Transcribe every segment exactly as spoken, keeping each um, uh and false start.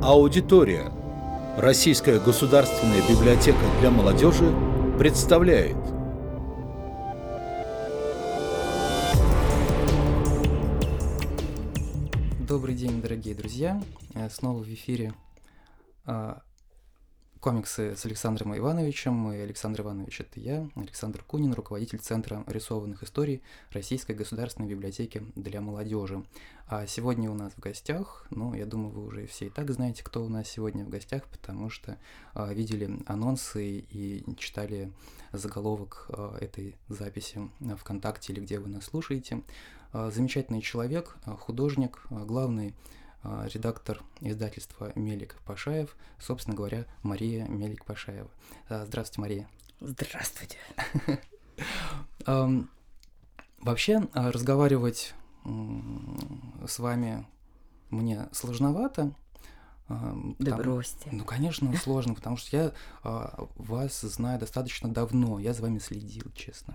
Аудитория. Российская государственная библиотека для молодежи представляет. Добрый день, дорогие друзья. Снова в эфире комиксы с Александром Ивановичем. И Александр Иванович — это я, Александр Кунин, руководитель Центра рисованных историй Российской государственной библиотеки для молодежи. А сегодня у нас в гостях, ну, я думаю, вы уже все и так знаете, кто у нас сегодня в гостях, потому что а, видели анонсы и читали заголовок а, этой записи ВКонтакте или где вы нас слушаете. А, замечательный человек, а, художник, а, главный редактор издательства Мелик-Пашаев, собственно говоря, Мария Мелик-Пашаева. Здравствуйте, Мария. Здравствуйте. Вообще, разговаривать с вами мне сложновато. Да потому... бросьте. Ну, конечно, сложно, потому что я вас знаю достаточно давно, я за вами следил, честно.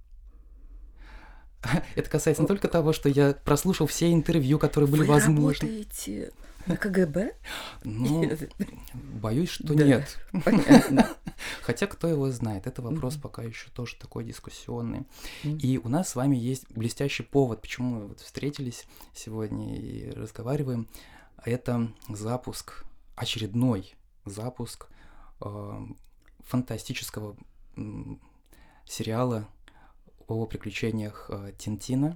Это касается не только того, что я прослушал все интервью, которые были Вы возможны. Вы работаете на КГБ? Ну, боюсь, что да, нет. Понятно. Хотя кто его знает, это вопрос mm-hmm. пока еще тоже такой дискуссионный. Mm-hmm. И у нас с вами есть блестящий повод, почему мы вот встретились сегодня и разговариваем. Это запуск, очередной запуск э, фантастического э, сериала о приключениях э, Тинтина.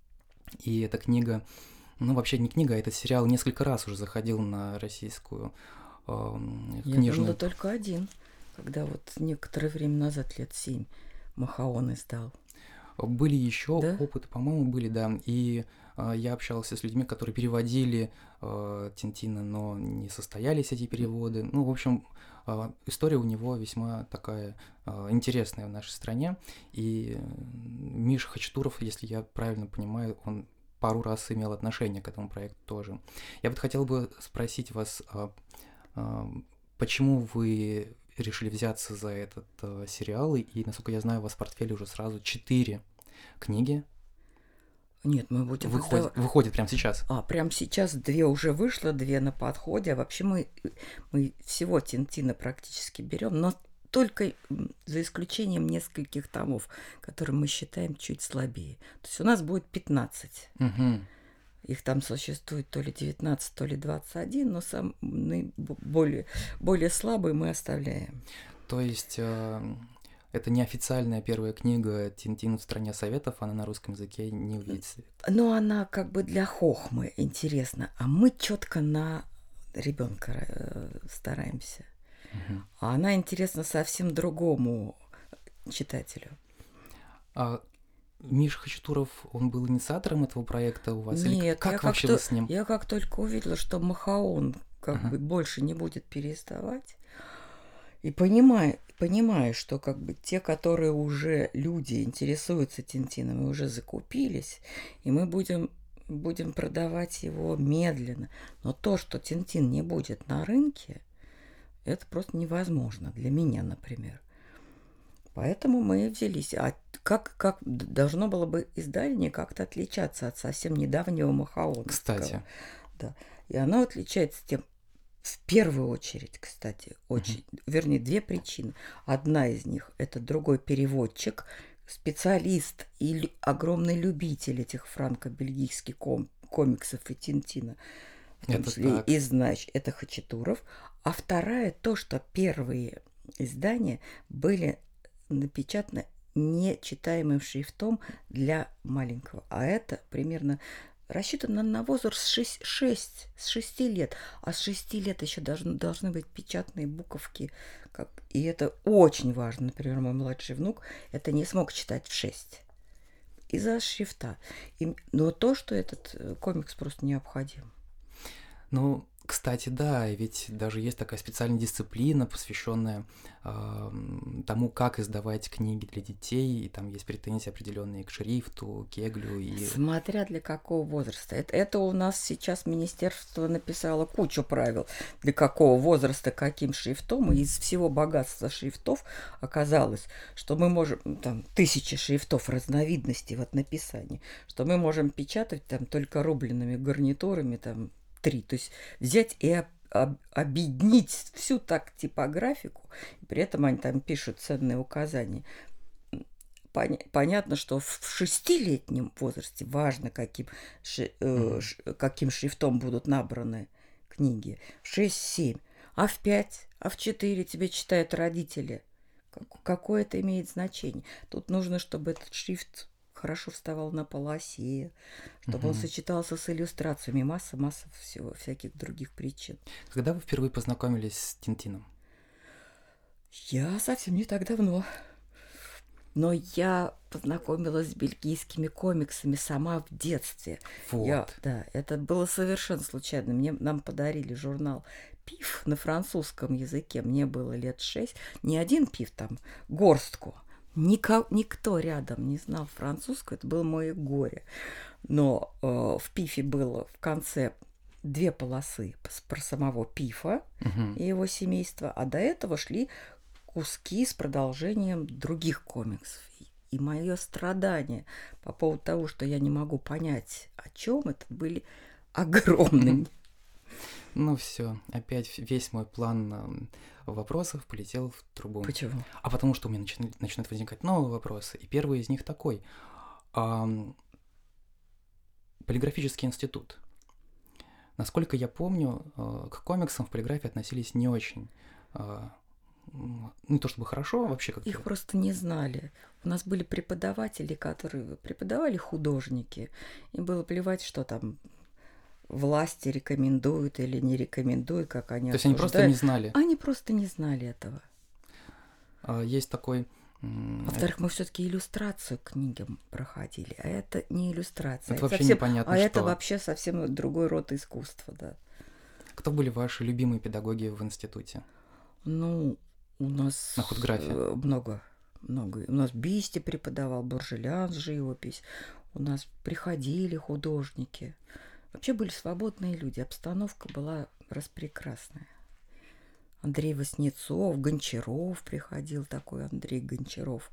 И эта книга, ну вообще не книга, а этот сериал несколько раз уже заходил на российскую э, книжную. Я думала, только один, когда вот некоторое время назад, лет семь, Махаон издал. Были еще да? опыты, по-моему, были, да. И э, я общался с людьми, которые переводили э, Тинтина, но не состоялись эти переводы. Ну, в общем, э, история у него весьма такая э, интересная в нашей стране. И Миша Хачатуров, если я правильно понимаю, он пару раз имел отношение к этому проекту тоже. Я вот хотел бы спросить вас, э, э, почему вы решили взяться за этот э, сериал, и, насколько я знаю, у вас в портфеле уже сразу четыре книги. Нет, мы будем... Выходит, издав... выходит прямо сейчас. А, прямо сейчас две уже вышло, две на подходе. А вообще мы, мы всего Тинтина практически берем, но только за исключением нескольких томов, которые мы считаем чуть слабее. То есть у нас будет пятнадцать. Угу. Их там существует то ли девятнадцать, то ли двадцать один, но самые более, более слабые мы оставляем. То есть э, это неофициальная первая книга «Тинтин в стране советов», она на русском языке не увидит свет. Но она как бы для хохмы интересна, а мы четко на ребенка э, стараемся. Угу. А она интересна совсем другому читателю. А Миша Хачатуров, он был инициатором этого проекта у вас? Нет, Или как я вообще как вы с ним? Я как только увидела, что Махаон как ага. бы больше не будет переставать, и понимаю, понимаю, что как бы те, которые уже люди интересуются Тинтином и уже закупились, и мы будем, будем продавать его медленно. Но то, что Тинтин не будет на рынке, это просто невозможно для меня, например. Поэтому мы взялись. А как, как должно было бы издание как-то отличаться от совсем недавнего Махаона? Кстати. Да. И оно отличается тем, в первую очередь, кстати, очень, uh-huh. вернее, две причины. Одна из них – это другой переводчик, специалист и огромный любитель этих франко-бельгийских ком- комиксов и Тинтина. В том это числе так. и знач, это Хачатуров. А вторая – то, что первые издания были напечатано нечитаемым шрифтом для маленького. А это примерно рассчитано на возраст шесть, шесть, с шести лет. А с шести лет еще должны, должны быть печатные буковки. Как, и это очень важно. Например, мой младший внук это не смог читать в шесть. Из-за шрифта. И, но то, что этот комикс просто необходим. Ну, кстати, да, ведь даже есть такая специальная дисциплина, посвященная э, тому, как издавать книги для детей, и там есть претензии определенные к шрифту, Кеглю. И... Смотря для какого возраста. Это, это у нас сейчас министерство написало кучу правил, для какого возраста, каким шрифтом, и из всего богатства шрифтов оказалось, что мы можем, там, тысячи шрифтов разновидностей вот написании, что мы можем печатать там только рубленными гарнитурами, там, три. То есть взять и об- объединить всю так типографику, при этом они там пишут ценные указания. Поня- понятно, что в шестилетнем возрасте важно, каким, ши- э, Мгм. ш- каким шрифтом будут набраны книги. В шесть-семь. А в пять, а в четыре тебе читают родители. Как- какое это имеет значение? Тут нужно, чтобы этот шрифт хорошо вставал на полосе, чтобы он Мгм. сочетался с иллюстрациями. Масса-масса всего, всяких других причин. Когда вы впервые познакомились с Тинтином? Я совсем не так давно. Но я познакомилась с бельгийскими комиксами сама в детстве. Вот. Я, да, это было совершенно случайно. Мне, нам подарили журнал «Пиф» на французском языке. Мне было лет шесть. Не один «Пиф», там горстку. Ника- никто рядом не знал французского. Это было мое горе. Но э, в «Пифе» было в конце две полосы с- про самого Пифа Мгм. и его семейство, а до этого шли куски с продолжением других комиксов. И- И мое страдание по поводу того, что я не могу понять, о чем это, были огромными. Ну все, опять весь мой план ам, вопросов полетел в трубу. Почему? А потому что у меня начнут, начнут возникать новые вопросы. И первый из них такой. Ам, полиграфический институт. Насколько я помню, э, к комиксам в полиграфии относились не очень. э, м, Не то чтобы хорошо, а вообще как-то. Их просто не знали. У нас были преподаватели, которые преподавали художники. Им было плевать, что там власти рекомендуют или не рекомендуют, как они То есть они просто не осуждают. знали. Они просто не знали этого. А, Есть такой... м, Во-вторых, мы все-таки иллюстрацию к книгам проходили, а это не иллюстрация. Это это вообще совсем- непонятно А что. это вообще совсем другой род искусства, да. Кто были ваши любимые педагоги в институте? Ну, у нас На худграфе. э, много, много. У нас Бисти преподавал, Буржелян живопись. У нас приходили художники. Вообще были свободные люди. Обстановка была распрекрасная. Андрей Васнецов, Гончаров приходил такой, Андрей Гончаров.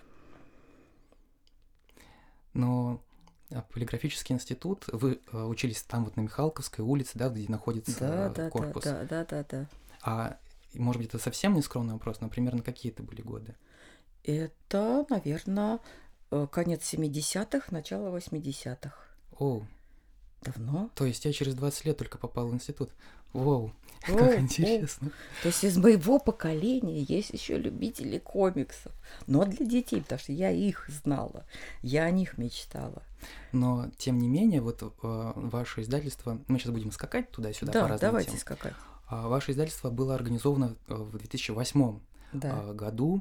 Но а, полиграфический институт, вы э, учились там вот на Михалковской улице, да, где находится Да, э, да, да, корпус. да, да, да, да. А может быть, это совсем не скромный вопрос, но примерно какие это были годы? Это, наверное, конец семидесятых, начало восьмидесятых. Оу, Давно. то есть я через двадцать лет только попал в институт. Воу, Оу, как оу. интересно. То есть из моего поколения есть еще любители комиксов. Но для детей, потому что я их знала. Я о них мечтала. Но, тем не менее, вот э, ваше издательство, мы сейчас будем скакать туда-сюда по Да, разным давайте темам. скакать. А ваше издательство было организовано э, в две тысячи восьмом Да. э, году,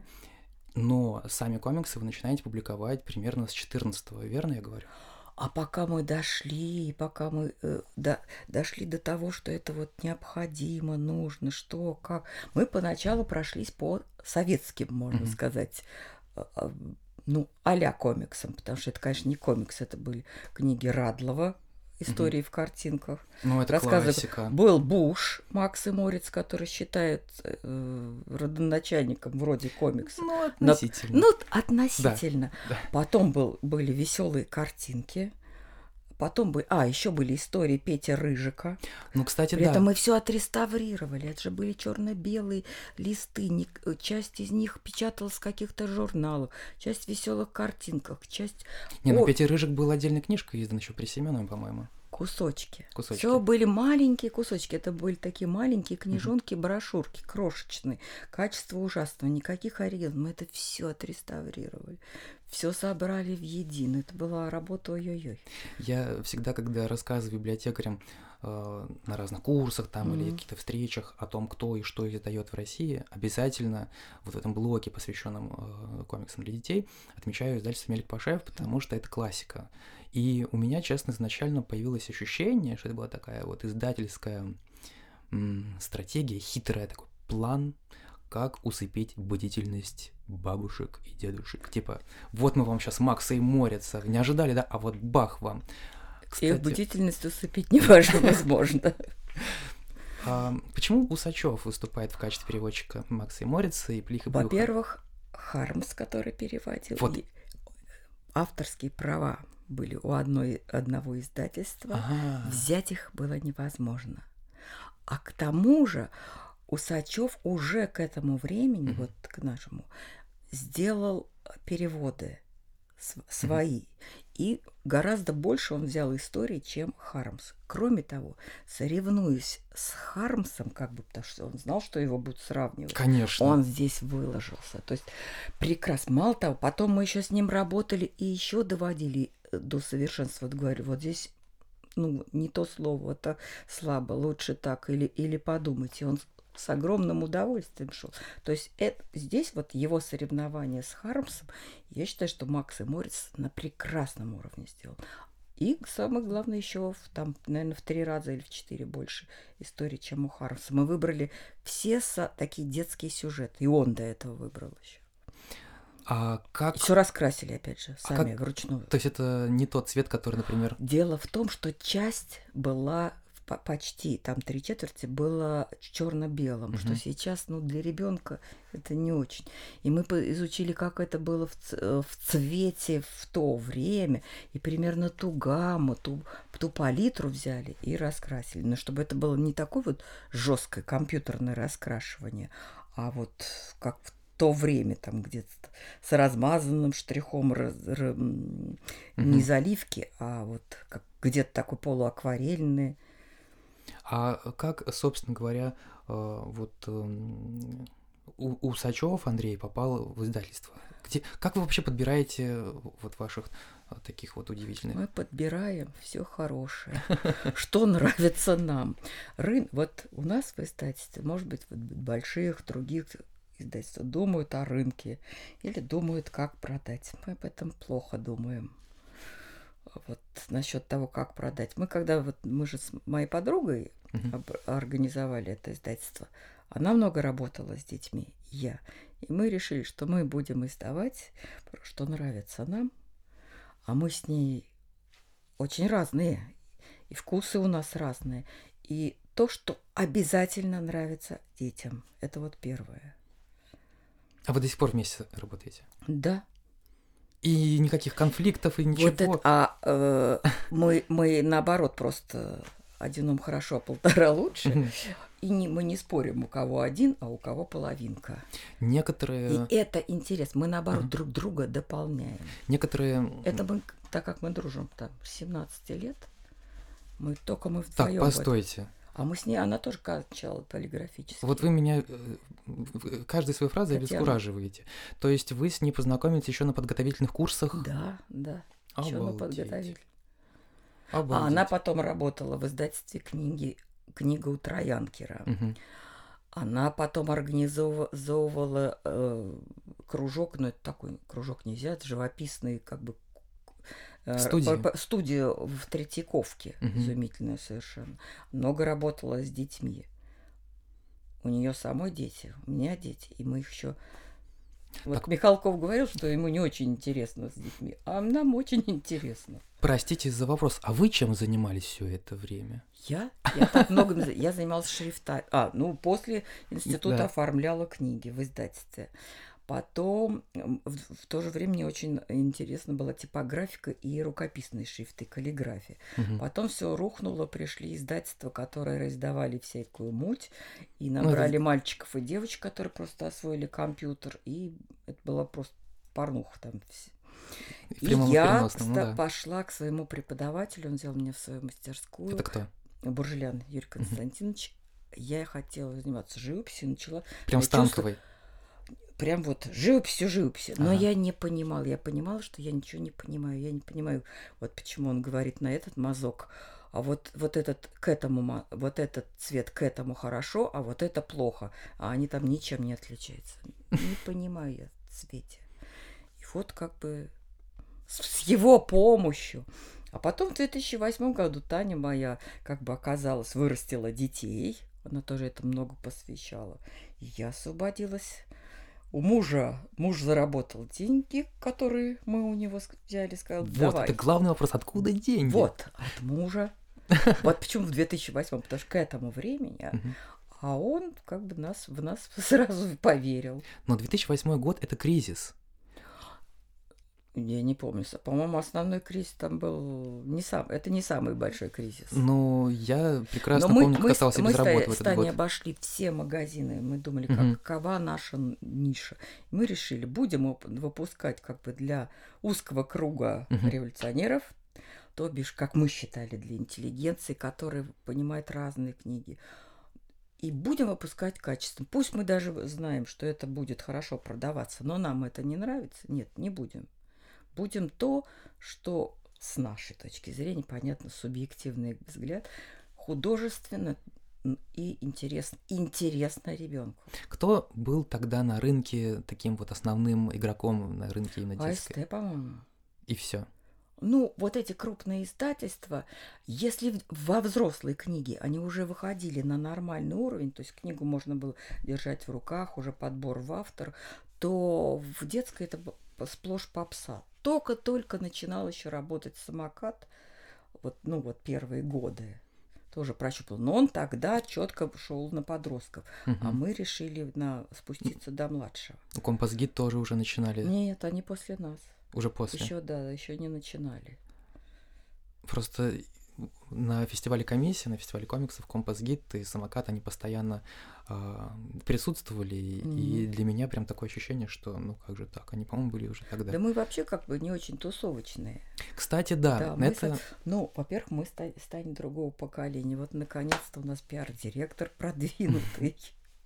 но сами комиксы вы начинаете публиковать примерно с две тысячи четырнадцатого, верно я говорю? А пока мы дошли, пока мы э, до- дошли до того, что это вот необходимо, нужно, что, как. Мы поначалу прошлись по советским, можно Мгм. сказать, э, э, ну, а-ля комиксам, потому что это, конечно, не комикс, это были книги Радлова, истории в картинках. Ну, это Рассказы- классика. Был Буш, Макс и Морец, который считает э, родоначальником вроде комикса. Ну, На- относительно. Ну, относительно. Да. Потом был, были веселые картинки. Потом были... А, еще были истории Пети Рыжика. Ну, кстати, При да. этом мы все отреставрировали. Это же были черно-белые листы. Не- Часть из них печаталась в каких-то журналах, часть в веселых картинках, часть Не, ну О, Петя Рыжик был отдельной книжкой издан еще при Семенове, по-моему. кусочки. Кусочки. Все были маленькие кусочки. Это были такие маленькие книжонки, брошюрки, крошечные. Качество ужасного, никаких оригиналов. Мы это все отреставрировали. Все собрали в едино. Это была работа ой-ой-ой. Я всегда, когда рассказываю библиотекарям э, на разных курсах там или Мгм. каких-то встречах о том, кто и что издает в России, обязательно вот в этом блоке, посвященном э, комиксам для детей, отмечаю издательство Мелик Пашаев, потому что это классика. И у меня, честно, изначально появилось ощущение, что это была такая вот издательская м, стратегия, хитрая такой план, как усыпить бдительность бабушек и дедушек. Типа, вот мы вам сейчас Макса и Морица, не ожидали, да? А вот бах вам. Их Кстати, бдительность усыпить невозможно. а почему Усачев выступает в качестве переводчика Макса и Морица и Плих и Плюха? Во-первых, Хармс, который переводил, Вот. и авторские права были у одной, одного издательства. Ага. Взять их было невозможно. А к тому же Усачев уже к этому времени, Мгм. вот к нашему, сделал переводы св- свои. И гораздо больше он взял истории, чем Хармс. Кроме того, соревнуясь с Хармсом, как бы, потому что он знал, что его будут сравнивать, Конечно. он здесь выложился. То есть прекрасно. Мало того, потом мы еще с ним работали и еще доводили э, до совершенства. Вот говорю, вот здесь ну, не то слово, это слабо, лучше так, или, или подумайте. Он с огромным удовольствием шел. То есть это, здесь вот его соревнование с Хармсом, я считаю, что Макс и Морец на прекрасном уровне сделал. И самое главное еще в, там, наверное, в три раза или в четыре больше историй, чем у Хармса. Мы выбрали все со, такие детские сюжеты, и он до этого выбрал еще. А как... Все раскрасили, опять же, А сами как- вручную. То есть это не тот цвет, который, например... Дело в том, что часть была в по- почти, там три четверти было черно-белым, Мгм. что сейчас, ну, для ребенка это не очень. И мы по- изучили, как это было в, ц- э, в цвете в то время, и примерно ту гамму, ту, ту палитру взяли и раскрасили. Но чтобы это было не такое вот жесткое компьютерное раскрашивание, а вот как в то время там где-то с размазанным штрихом, раз- р- м, не Мгм. заливки, а вот как где-то такой полуакварельный. А как, собственно говоря, э, вот эм, У- Усачев Андрей попал в издательство? Где, как вы вообще подбираете вот ваших э, таких вот удивительных? Мы подбираем все хорошее, что нравится нам. Рын... Вот у нас в издательстве, может быть, вот больших других издательств думают о рынке или думают, как продать. Мы об этом плохо думаем. Вот насчет того, как продать. Мы когда вот мы же с моей подругой Мгм. об- организовали это издательство, она много работала с детьми, и я. И мы решили, что мы будем издавать, что нравится нам, а мы с ней очень разные, и вкусы у нас разные. И то, что обязательно нравится детям. Это вот первое. А вы до сих пор вместе работаете? Да. И никаких конфликтов, и ничего? Вот это, а э, мы, мы наоборот просто один ум хорошо, а полтора лучше. Мгм. И не, мы не спорим, у кого один, а у кого половинка. Некоторые, И это интерес. Мы наоборот Мгм. друг друга дополняем. некоторые... Это мы, так как мы дружим там с семнадцати лет, мы только мы Так, вдвоем. постойте. А мы с ней, она тоже качала полиграфически. Вот вы меня э, в- каждой своей фразой Татьяна. обескураживаете. То есть вы с ней познакомились еще на подготовительных курсах? Да, да. Еще на Обалдеть. подготовили. Обалдеть. А она потом работала в издательстве книги «Книга у Троянкера». Мгм. Она потом организовывала э, кружок, ну это такой кружок нельзя, это живописный как бы э, Студию. по- по- студию в Третьяковке, Мгм. изумительная совершенно. Много работала с детьми. У нее самой дети, у меня дети, и мы их еще. Вот Так. Михалков говорил, что ему не очень интересно с детьми, а нам очень интересно. Простите за вопрос, а вы чем занимались все это время? Я? Я так много... за- Я занималась шрифтами. А, ну, после института Да. оформляла книги в издательстве. Потом м, в, в то же время мне очень интересна была типографика и рукописные шрифты, каллиграфия. Мгм. Потом все рухнуло, пришли издательства, которые раздавали всякую муть, и Ну, это- набрали мальчиков и девочек, которые просто освоили компьютер, и это была просто порнуха там. вс- В И прямом и я переносном, ну кста- да. пошла к своему преподавателю, он взял меня в свою мастерскую. Это кто? Буржелян Юрий Константинович. Я хотела заниматься живописью, начала Прям Я чувствую- станковый. прям вот живописью, живописью. Но Ага. я не понимала. Я понимала, что я ничего не понимаю. Я не понимаю, вот почему он говорит на этот мазок, а вот, вот этот к этому, ма- вот этот цвет к этому хорошо, а вот это плохо. А они там ничем не отличаются. Не понимаю я в цвете. И вот как бы с, с его помощью. А потом в две тысячи восьмом году Таня моя, как бы оказалась, вырастила детей. Она тоже это много посвящала. И я освободилась. У мужа, муж заработал деньги, которые мы у него ск- взяли, сказал, Вот, давай. это главный вопрос, откуда деньги? Вот, от мужа. Вот почему в две тысячи восьмом, потому что к этому времени, а- Мгм. а он как бы нас, в нас сразу поверил. Но две тысячи восьмой год — это кризис. Я не помню. С- По-моему, основной кризис там был не сам. Это не самый большой кризис. Ну, я Но прекрасно мы, помню, как мы, с- остался мы без с работы Та- в с этот Таней год. обошли все магазины. Мы думали, Мгм. какова наша н- ниша. Мы решили, будем оп- выпускать как бы для узкого круга Мгм. революционеров, то бишь, как мы считали, для интеллигенции, которая понимает разные книги. И будем выпускать качественно. Пусть мы даже знаем, что это будет хорошо продаваться, но нам это не нравится. Нет, не будем. Будем то, что с нашей точки зрения, понятно, субъективный взгляд, художественно м, и интересно, интересно ребенку. Кто был тогда на рынке таким вот основным игроком на рынке именно детской? АСТ, по-моему. И все. Ну, вот эти крупные издательства, если в- во взрослой книге они уже выходили на нормальный уровень, то есть книгу можно было держать в руках, уже подбор в автор, то в детской это б- сплошь попса. Только-только начинал еще работать самокат, вот, ну вот первые годы тоже прощупал. Но он тогда четко шел на подростков, а мы решили на, спуститься до младшего. Компас-гид тоже уже начинали, Нет, они после нас. уже после. Еще, да, еще не начинали. Просто на фестивале комиссии, на фестивале комиксов Компас-гид и Самокат, они постоянно а, присутствовали, и- и Мгм. для меня прям такое ощущение, что ну как же так, они, по-моему, были уже тогда. Да мы вообще как бы не очень тусовочные. Кстати, да, Да, мы это... со- Ну, во-первых, мы ста- станем другого поколения. Вот наконец-то у нас пиар-директор продвинутый.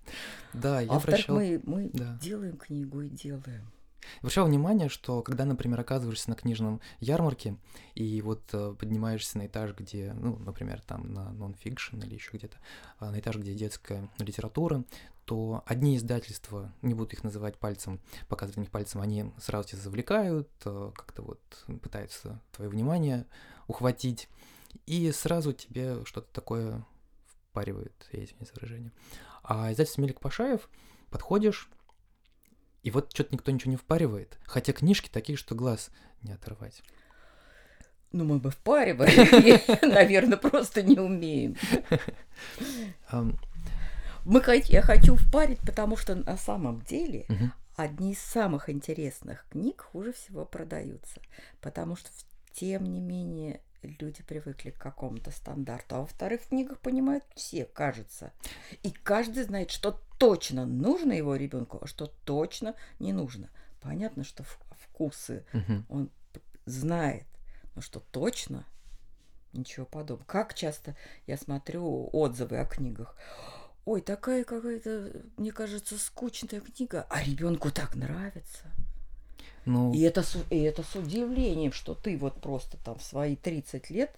Да, я А во-вторых, обращал, мы, мы да. делаем книгу и делаем. обращал внимание, что когда, например, оказываешься на книжном ярмарке и вот э, поднимаешься на этаж, где, ну, например, там на нон-фикшн или еще где-то, а, на этаж, где детская литература, то одни издательства, не буду их называть пальцем, показывать на них пальцем, они сразу тебя завлекают, э, как-то вот пытаются твое внимание ухватить, и сразу тебе что-то такое впаривают, я извиняюсь за выражение. А издательство Мелик Пашаев, подходишь, и вот что-то никто ничего не впаривает, хотя книжки такие, что глаз не оторвать. Ну, мы бы впаривали, наверное, просто не умеем. Ам, Мы, хот- я хочу впарить, потому что на самом деле мгм. одни из самых интересных книг хуже всего продаются. Потому что, в- тем не менее, люди привыкли к какому-то стандарту. А во-вторых, в книгах понимают все, кажется. И каждый знает, что точно нужно его ребенку, а что точно не нужно. Понятно, что в- вкусы Мгм. он п- знает, но что точно ничего подобного. Как часто я смотрю отзывы о книгах. Ой, такая какая-то, мне кажется, скучная книга, а ребенку так нравится. Ну, И это, с, и это с удивлением, что ты вот просто там в свои тридцать лет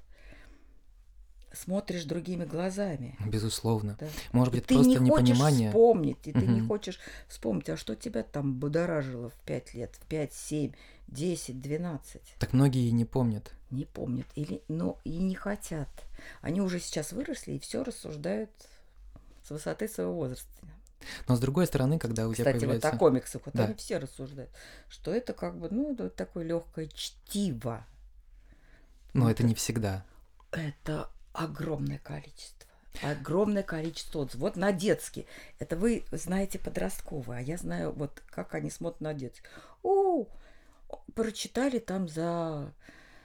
смотришь другими глазами. безусловно. Да. Может И быть, ты просто не хочешь непонимание. вспомнить, и ты не Мгм. хочешь вспомнить, а что тебя там будоражило в пять лет, в пять, семь, десять, двенадцать. Так многие и не помнят. Не помнят, или, но и не хотят. Они уже сейчас выросли и все рассуждают с высоты своего возраста. Но с другой стороны, когда у тебя Кстати, вот появляется... о комиксах, вот Да. они все рассуждают, что это как бы, ну, это такое легкое чтиво. Но это это- не всегда. Это огромное количество. Огромное количество отзывов. Вот на детский. Это вы знаете подростковые, а я знаю, вот как они смотрят на детский. О, прочитали там за,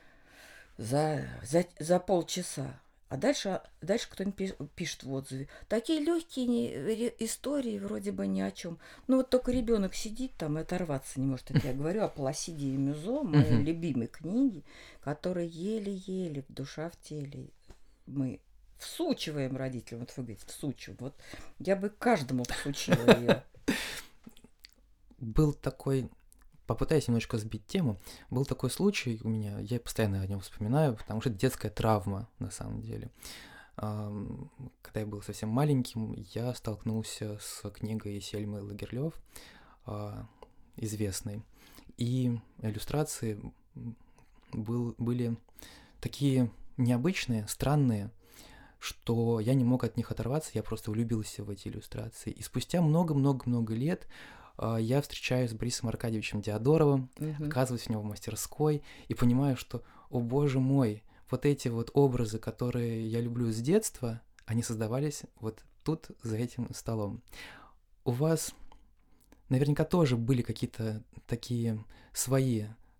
за, за, за полчаса. А дальше, дальше кто-нибудь пи- пишет в отзыве. Такие легкие не- ре- истории, вроде бы ни о чем. Ну вот только ребенок сидит там и оторваться не может. Это я говорю о Пласиде и Мюзо, моей Мгм. любимой книге, которые еле-еле, душа в теле. Мы всучиваем родителям, вот вы говорите, всучиваем. Вот я бы каждому всучила ее. Был такой... Попытаюсь немножко сбить тему. Был такой случай у меня, я постоянно о нем вспоминаю, потому что это детская травма, на самом деле. Ам, Когда я был совсем маленьким, я столкнулся с книгой Сельмы Лагерлёв, а, известной. И иллюстрации был, были такие необычные, странные, что я не мог от них оторваться, я просто влюбился в эти иллюстрации. И спустя много-много-много лет а, я встречаюсь с Борисом Аркадьевичем Диодоровым, Мгм. оказываюсь у него в мастерской и понимаю, что, о боже мой, вот эти вот образы, которые я люблю с детства, они создавались вот тут, за этим столом. У вас наверняка тоже были какие-то такие свои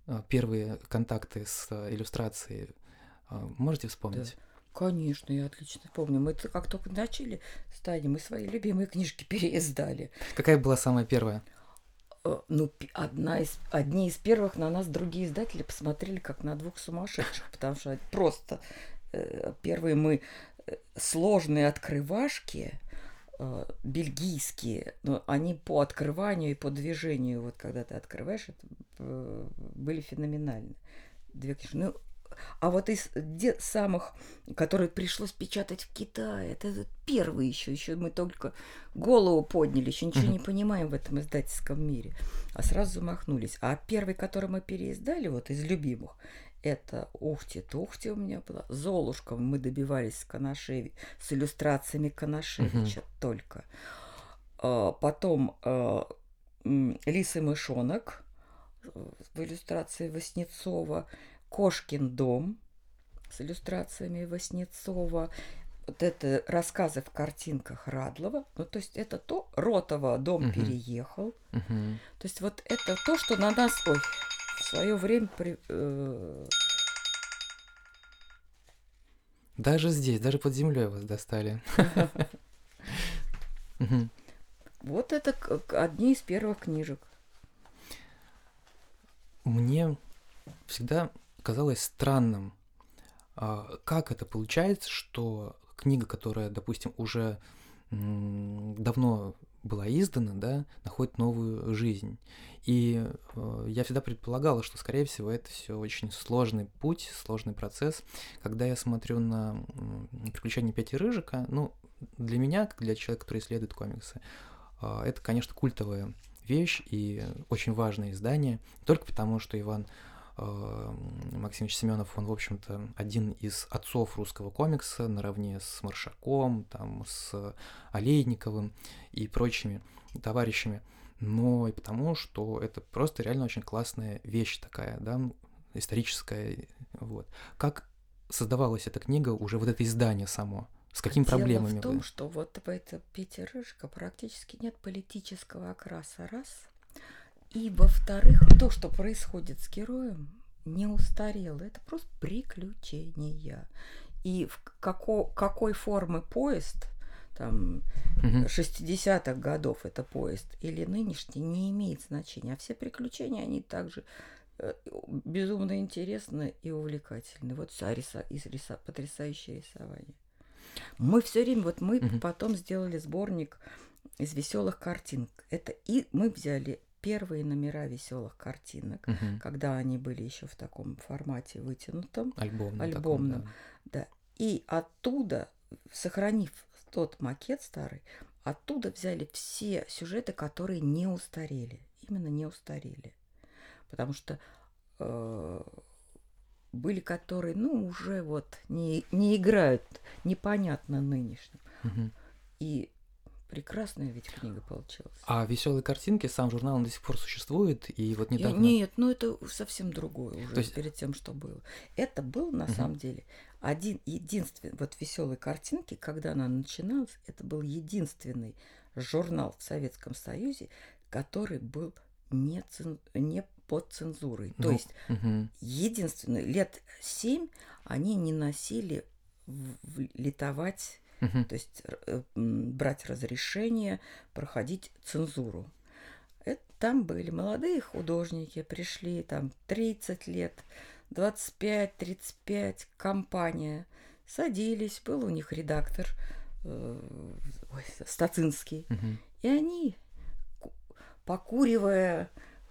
э, первые контакты с э, иллюстрацией, э, можете вспомнить? Да. Конечно, я отлично помню. Мы т- как только начали с Таней, мы свои любимые книжки переиздали. Какая была самая первая? Э, Ну, пи- одна из, одни из первых на нас другие издатели посмотрели как на двух сумасшедших, потому что просто э, первые мы э, сложные открывашки, э, бельгийские, но они по открыванию и по движению, вот когда ты открываешь, это э, были феноменальны. Две книжки. Ну, а вот из де- самых, которые пришлось печатать в Китае, это, это первые еще, еще мы только голову подняли, еще ничего Мгм. не понимаем в этом издательском мире, а сразу замахнулись. А первый, который мы переиздали, вот из любимых, это «Ухти-тухти» у меня была, «Золушка», мы добивались с Канашеви, с иллюстрациями Канашевича только. А, потом а, м, «Лис и мышонок» э, в иллюстрации Васнецова, «Кошкин дом» с иллюстрациями Васнецова, вот это рассказы в картинках Радлова. Ну, то есть это то, Ротова «Дом Мгм. переехал». Мгм. То есть вот это то, что на нас, ой, в свое время при- э, Даже здесь, даже под землей вас достали. Мгм. вот это к- к- одни из первых книжек. Мне всегда казалось странным, а, как это получается, что книга, которая, допустим, уже м, давно была издана, да, находит новую жизнь. И э, я всегда предполагала, что, скорее всего, это все очень сложный путь, сложный процесс. Когда я смотрю на м, «Приключения Пети Рыжика», ну, для меня, как для человека, который исследует комиксы, а, это, конечно, культовая вещь и очень важное издание. Не только потому, что Иван э, Максимович Семенов, он, в общем-то, один из отцов русского комикса, наравне с Маршаком, там, с Олейниковым и прочими товарищами, но и потому, что это просто реально очень классная вещь такая, да, историческая. Вот. Как создавалась эта книга, уже вот это издание само? С какими Дело проблемами в том, вы? что вот в этом Пете Рыжика практически нет политического окраса, раз. И, во-вторых, то, что происходит с героем, не устарело. Это просто приключения. И в како- какой формы поезд, там, Мгм. шестидесятых годов это поезд, или нынешний, не имеет значения. А все приключения, они также э, безумно интересны и увлекательны. Вот вся риса- из риса- потрясающее рисование. Мы все время, вот мы Мгм. потом сделали сборник из веселых картинок. Это и мы взяли первые номера веселых картинок, Мгм. когда они были еще в таком формате вытянутом, Альбомном, альбомном, таком, да. И оттуда, сохранив тот макет старый, оттуда взяли все сюжеты, которые не устарели, именно не устарели, потому что э, были, которые, ну, уже вот не, не играют, непонятно нынешним. да. Мгм. И прекрасная ведь книга получилась. А «Веселые картинки», сам журнал, он до сих пор существует, и вот Я- недавно... Нет, ну это совсем другое уже То есть- перед тем, что было. Это был на Мгм. самом деле один единственный, вот «Веселые картинки», когда она начиналась, это был единственный журнал в Советском Союзе, который был не, цен- не под цензурой. То Ну, есть мгм. единственный, лет семь они не носили в- в- литовать, Мгм. то есть э, м, брать разрешение, проходить цензуру. Это, там были молодые художники, пришли там тридцать лет, двадцать пять тридцать пять, компания, садились, был у них редактор э, ой, Стацинский, Мгм. и они, ку- покуривая,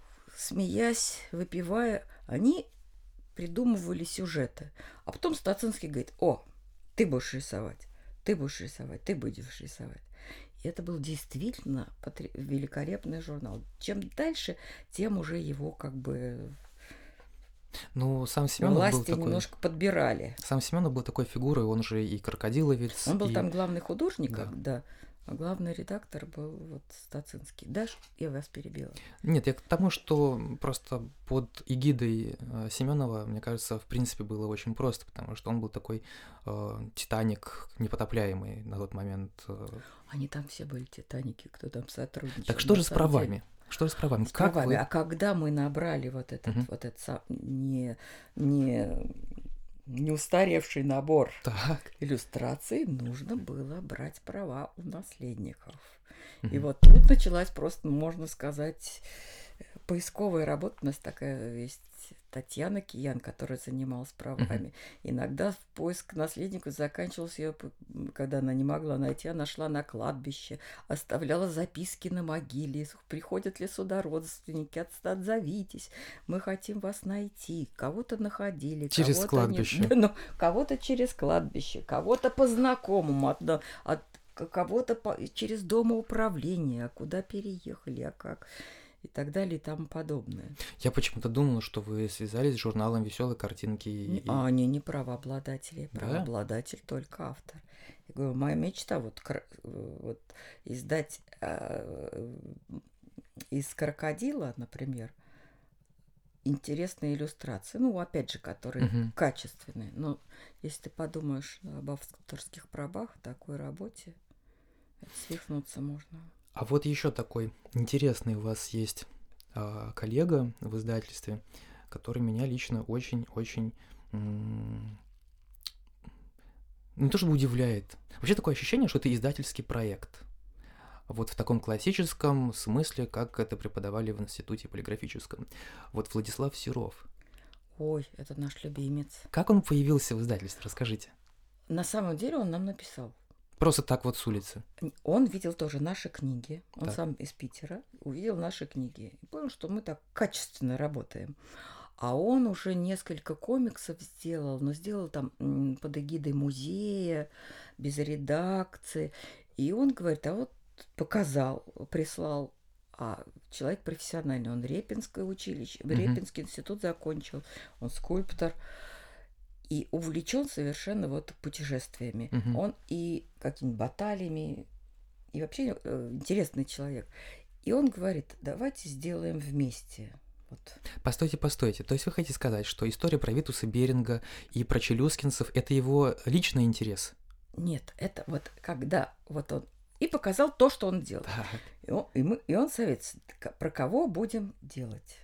смеясь, выпивая, они придумывали сюжеты. А потом Стацинский говорит: о, ты будешь рисовать, ты будешь рисовать, ты будешь рисовать. И это был действительно потр- великолепный журнал. Чем дальше, тем уже его как бы Ну, сам Семенов был власти такой... немножко подбирали. Сам Семенов был такой фигурой, он же и крокодиловец, Он был и... там главный художник, Да. когда А главный редактор был вот Стацинский. Даш, я вас перебила. Нет, я к тому, что просто под эгидой э, Семенова, мне кажется, в принципе было очень просто, потому что он был такой э, Титаник непотопляемый на тот момент. Э. Они там все были Титаники, кто там сотрудничал. Так что на же с самом правами? деле. Что же с правами? С Как правами. вы... А когда мы набрали вот этот, Мгм. вот этот сам не, не, не устаревший набор Так. иллюстраций, нужно было брать права у наследников. И Мгм. вот тут началась просто, можно сказать, поисковая работа. У нас такая есть Татьяна Киян, которая занималась правами. Иногда в поиск наследника заканчивался ее, когда она не могла найти, она шла на кладбище, оставляла записки на могиле. Приходят ли сюда родственники, От- отзовитесь, мы хотим вас найти. Кого-то находили, Через кого-то кладбище. нет. Ну, кого-то через кладбище, кого-то по знакомому, от, от кого-то по, через домоуправление, а куда переехали, а как, и так далее, и тому подобное. Я почему-то думала, что вы связались с журналом «Веселые картинки». Не- и- А они не правообладатели, Да? правообладатель только автор. Я говорю, моя мечта вот, кр- вот издать э, из «Крокодила», например, интересные иллюстрации, ну, опять же, которые Мгм. качественные. Но если ты подумаешь об авторских правах в такой работе, это свихнуться можно. А вот еще такой интересный у вас есть а, коллега в издательстве, который меня лично очень-очень м, не то чтобы удивляет. Вообще такое ощущение, что это издательский проект. Вот в таком классическом смысле, как это преподавали в институте полиграфическом. Вот Владислав Серов. Ой, это наш любимец. Как он появился в издательстве? Расскажите. На самом деле он нам написал. Просто так вот с улицы. Он видел тоже наши книги. Он Так. сам из Питера. Увидел наши книги. И понял, что мы так качественно работаем. А он уже несколько комиксов сделал, но сделал там м, под эгидой музея, без редакции. И он говорит, а вот показал, прислал. А человек профессиональный, он Репинское училище, Мгм. Репинский институт закончил, он скульптор. И увлечен совершенно вот путешествиями. Мгм. Он и какими-нибудь баталиями, и вообще э, интересный человек. И он говорит, давайте сделаем вместе. Вот. Постойте, постойте. То есть вы хотите сказать, что история про Витуса Беринга и про челюскинцев – это его личный интерес? Нет, это вот когда вот он и показал то, что он делал. Так. И он, и мы, и он советует, к- про кого будем делать.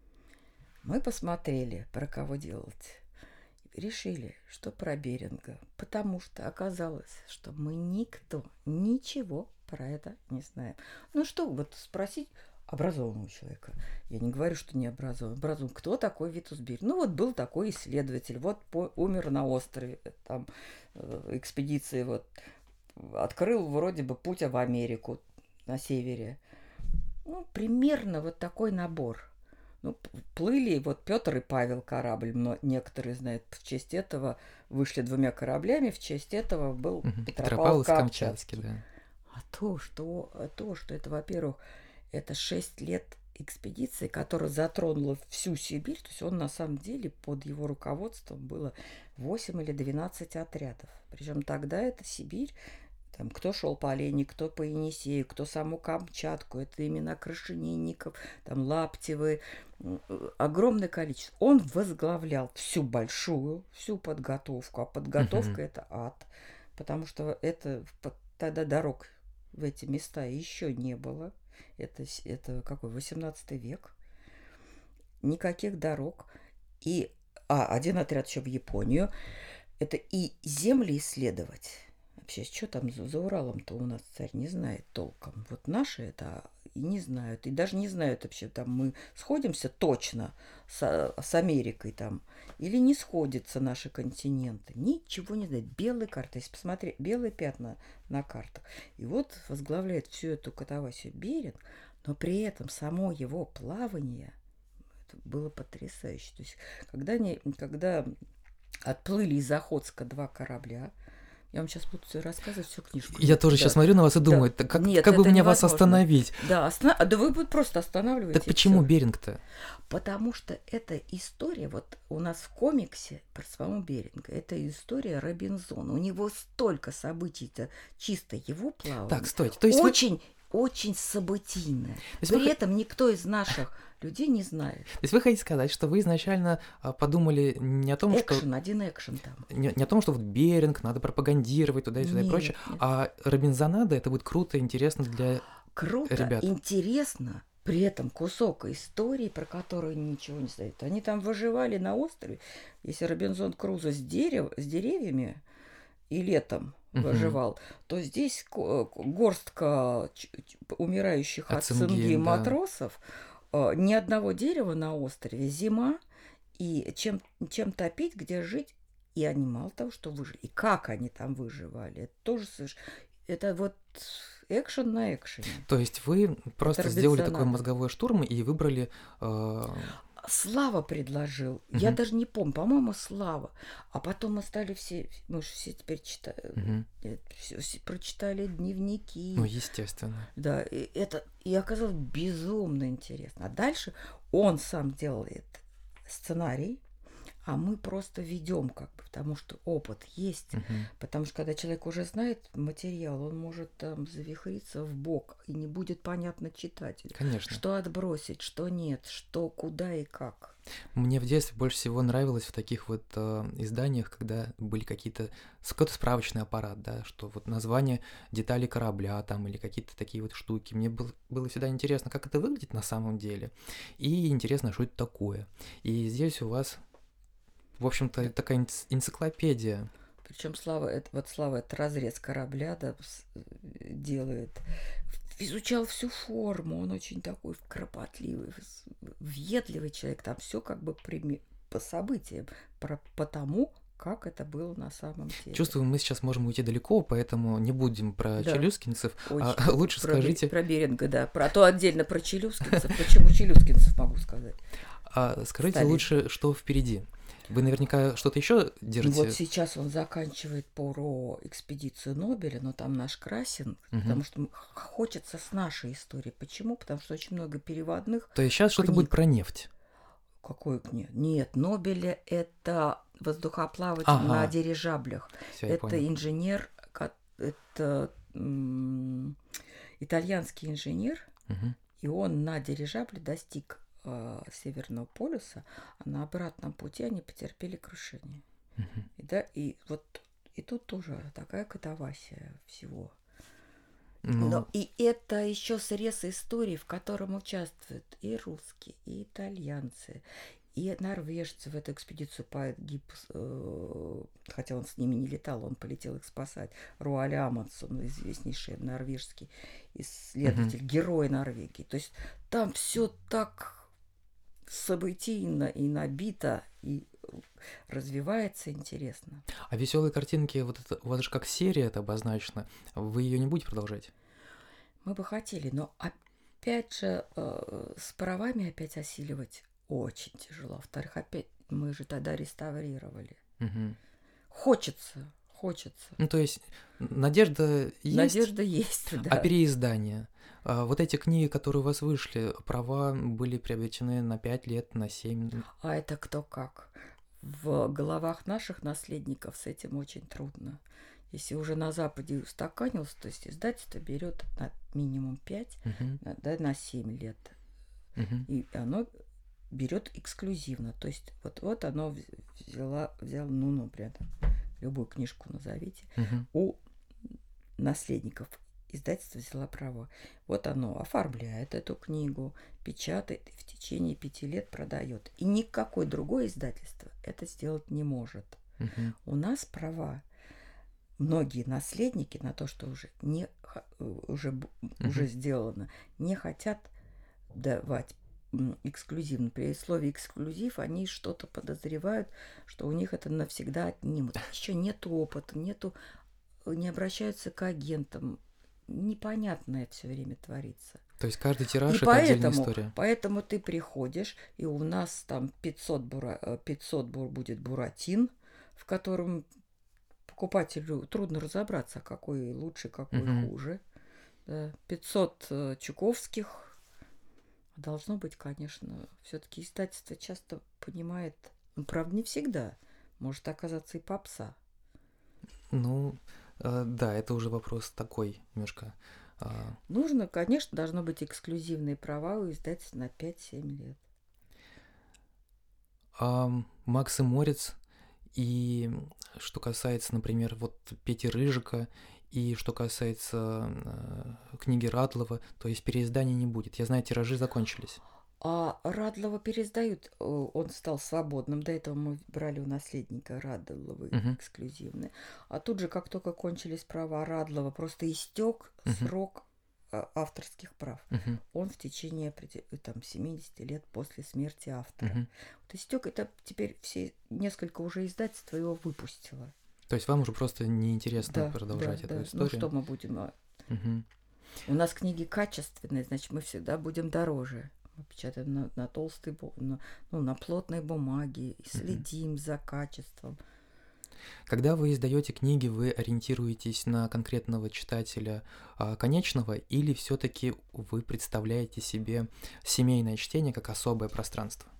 Мы посмотрели, про кого делать. Решили, что про Беринга, потому что оказалось, что мы никто ничего про это не знаем. Ну что, вот спросить образованного человека. Я не говорю, что не образован. Образован. Кто такой Витус Беринг? Ну вот был такой исследователь, вот по, умер на острове, там э, экспедиции, вот открыл вроде бы путь в Америку на севере. Ну, примерно вот такой набор. Ну, п- плыли, вот Петр и Павел корабль, но некоторые знают, в честь этого вышли двумя кораблями, в честь этого был Мгм. Петропавл Петропавловск-Камчатский, Камчатский. да. А то, что, а то, что это, во-первых, это шесть лет экспедиции, которая затронула всю Сибирь, то есть он на самом деле под его руководством было восемь или двенадцать отрядов. Причем тогда это Сибирь, там, кто шел по Олени, кто по Енисею, кто саму Камчатку, это имена Крашенинников, там Лаптевы, м, э, огромное количество. Он возглавлял всю большую, всю подготовку, а подготовка Мгм. это ад, потому что это в- тогда дорог в эти места еще не было. Это, с- это какой, восемнадцатый век. Никаких дорог. И, а, один отряд еще в Японию. Это и земли исследовать. Вообще, что там за, за Уралом-то у нас царь не знает толком. Вот наши это и не знают. И даже не знают вообще, там мы сходимся точно с, с Америкой там. Или не сходятся наши континенты. Ничего не знают. Белые карты. Если посмотреть, белые пятна на картах. И вот возглавляет всю эту катавасию Беринг, но при этом само его плавание это было потрясающе. То есть, когда, они, когда отплыли из Охотска два корабля, Я вам сейчас буду всё рассказывать, всю книжку. Я тоже Да. сейчас смотрю на вас и Да. думаю, так как, Нет, как бы это мне вас невозможно. остановить? Да, остана- да вы вот просто останавливаете. Так почему всё. Беринг-то? Потому что эта история, вот у нас в комиксе про самого Беринга, это история Робинзона. У него столько событий-то чисто его плавания. Так, стойте. То есть вы- очень, очень событийное. есть При вы- этом никто из наших людей не знает. То есть вы хотите сказать, что вы изначально а, подумали не о том, что... Экшен, один экшен там. Не, не о том, что вот Беринг надо пропагандировать туда и сюда и Нет, прочее, нет. а Робинзонада это будет круто, интересно для... Круто, Ребят. интересно, при этом кусок истории, про которую ничего не стоит. Они там выживали на острове. Если Робинзон Крузо с, дерев, с деревьями и летом Мгм. выживал, то здесь ко- горстка ч- ч- умирающих От от цинги, цинги да. матросов, э, ни одного дерева на острове, зима, и чем, чем топить, где жить. И они мало того, что выжили, и как они там выживали, это тоже соверш- это вот экшен на экшене. То есть вы просто Это сделали Робинзонада. такой мозговой штурм и выбрали... э, Слава предложил. Я Мгм. даже не помню, по-моему, Слава. А потом мы стали все, мы же все теперь читаем, мгм. прочитали дневники. Ну, естественно. Да, и это и оказалось безумно интересно. А дальше он сам делает сценарий, а мы просто ведем как бы, потому что опыт есть. Мгм. Потому что когда человек уже знает материал, он может там завихриться в бок и не будет понятно читателю. Конечно. Что отбросить, что нет, что куда и как. Мне в детстве больше всего нравилось в таких вот э, изданиях, когда были какие-то с- какой-то справочный аппарат, да, что вот название деталей корабля там или какие-то такие вот штуки. Мне был- было всегда интересно, как это выглядит на самом деле, и интересно, что это такое. И здесь у вас, в общем-то, такая энц- энциклопедия. Причем Слава, это, вот Слава, это разрез корабля, да, с- делает. Изучал всю форму, он очень такой кропотливый, с- въедливый человек. Там все как бы прими- по событиям, про, по тому, как это было на самом деле. Чувствую, мы сейчас можем уйти далеко, поэтому не будем про Да. челюскинцев, Очень. а лучше Про Бе- скажите, Про Беринга, да. Про, а то отдельно про челюскинцев. Почему челюскинцев могу сказать? а скажите Сталин. лучше, что впереди. Вы наверняка что-то еще Ну, держите? вот сейчас он заканчивает про экспедицию Нобеля, но там наш Красин, Мгм. потому что м- хочется с нашей истории. Почему? Потому что очень много переводных. То есть сейчас что-то книг. будет про нефть. Какой книги? Нет, Нобеля это воздухоплаватель Ага. на дирижаблях. Всё, я Это понял. инженер, ко- это м, итальянский инженер, Мгм. и он на дирижабле достиг э, Северного полюса, а на обратном пути они потерпели крушение. Мгм. И, да, и вот и тут тоже такая катавасия всего. Ну, Но и это еще срез истории, в котором участвуют и русские, и итальянцы, и норвежцы в эту экспедицию погиб, э, хотя он с ними не летал, он полетел их спасать. Руаль Амундсен, известнейший норвежский исследователь, герой Норвегии. То есть там все так событийно и набито, и развивается интересно. а веселые картинки, вот это, у вас же как серия это обозначено, вы ее не будете продолжать? Мы бы хотели, но опять же э, с правами опять осиливать очень тяжело. Во-вторых, опять мы же тогда реставрировали. Мгм. Хочется, хочется. Ну, то есть надежда есть, Надежда есть, да. а переиздание? А вот эти книги, которые у вас вышли, права были приобретены на пять лет, на семь. А это кто как. В головах наших наследников с этим очень трудно. Если уже на Западе устаканилось, то есть издательство берет на минимум пять, Мгм. на- да, на семь лет. Мгм. И оно берет эксклюзивно. То есть вот, вот оно вз- взяла, взял, ну, например, там, любую книжку назовите, Мгм. у наследников издательство взяла право. Вот оно оформляет эту книгу, печатает и в течение пяти лет продает. И никакое другое издательство это сделать не может. Мгм. У нас права. Многие наследники на то, что уже, не, х- уже, б- уже сделано, не хотят давать м, эксклюзивно. При слове эксклюзив они что-то подозревают, что у них это навсегда отнимут. Еще нет опыта, нету, не обращаются к агентам. Непонятное все время творится. То есть каждый тираж И это отдельная поэтому, история. поэтому ты приходишь, и у нас там пятьсот, бура, э, пятьсот бур будет буратин, в котором покупателю трудно разобраться, какой лучше, какой Мгм. хуже. Да, пятьсот э, Чуковских. Должно быть, конечно. Все-таки издательство часто понимает, ну, правда, не всегда. Может оказаться и попса. Ну, э, да, это уже вопрос такой немножко. а, Нужно, конечно, должно быть эксклюзивные права у издательства на пять-семь лет. ам, Макс и Морец, и что касается, например, вот Пети Рыжика, и что касается э, книги Радлова, то есть переизданий не будет. Я знаю, тиражи закончились. А Радлова переиздают, э, он стал свободным. До этого мы брали у наследника Радловы Мгм. эксклюзивные. А тут же, как только кончились права Радлова, просто истек Мгм. срок а, авторских прав. Мгм. Он в течение определ- там, семидесяти лет после смерти автора. Мгм. Вот истек, это теперь все несколько уже издательств его выпустило. То есть вам уже просто неинтересно Да, продолжать да, эту да. Ну историю. что мы будем? а, Мгм. У нас книги качественные, значит, мы всегда будем дороже. Мы печатаем на, на толстой, бу- на, ну, на плотной бумаге, и следим за качеством. Когда вы издаете книги, вы ориентируетесь на конкретного читателя а, конечного, или все-таки вы представляете себе семейное чтение как особое пространство?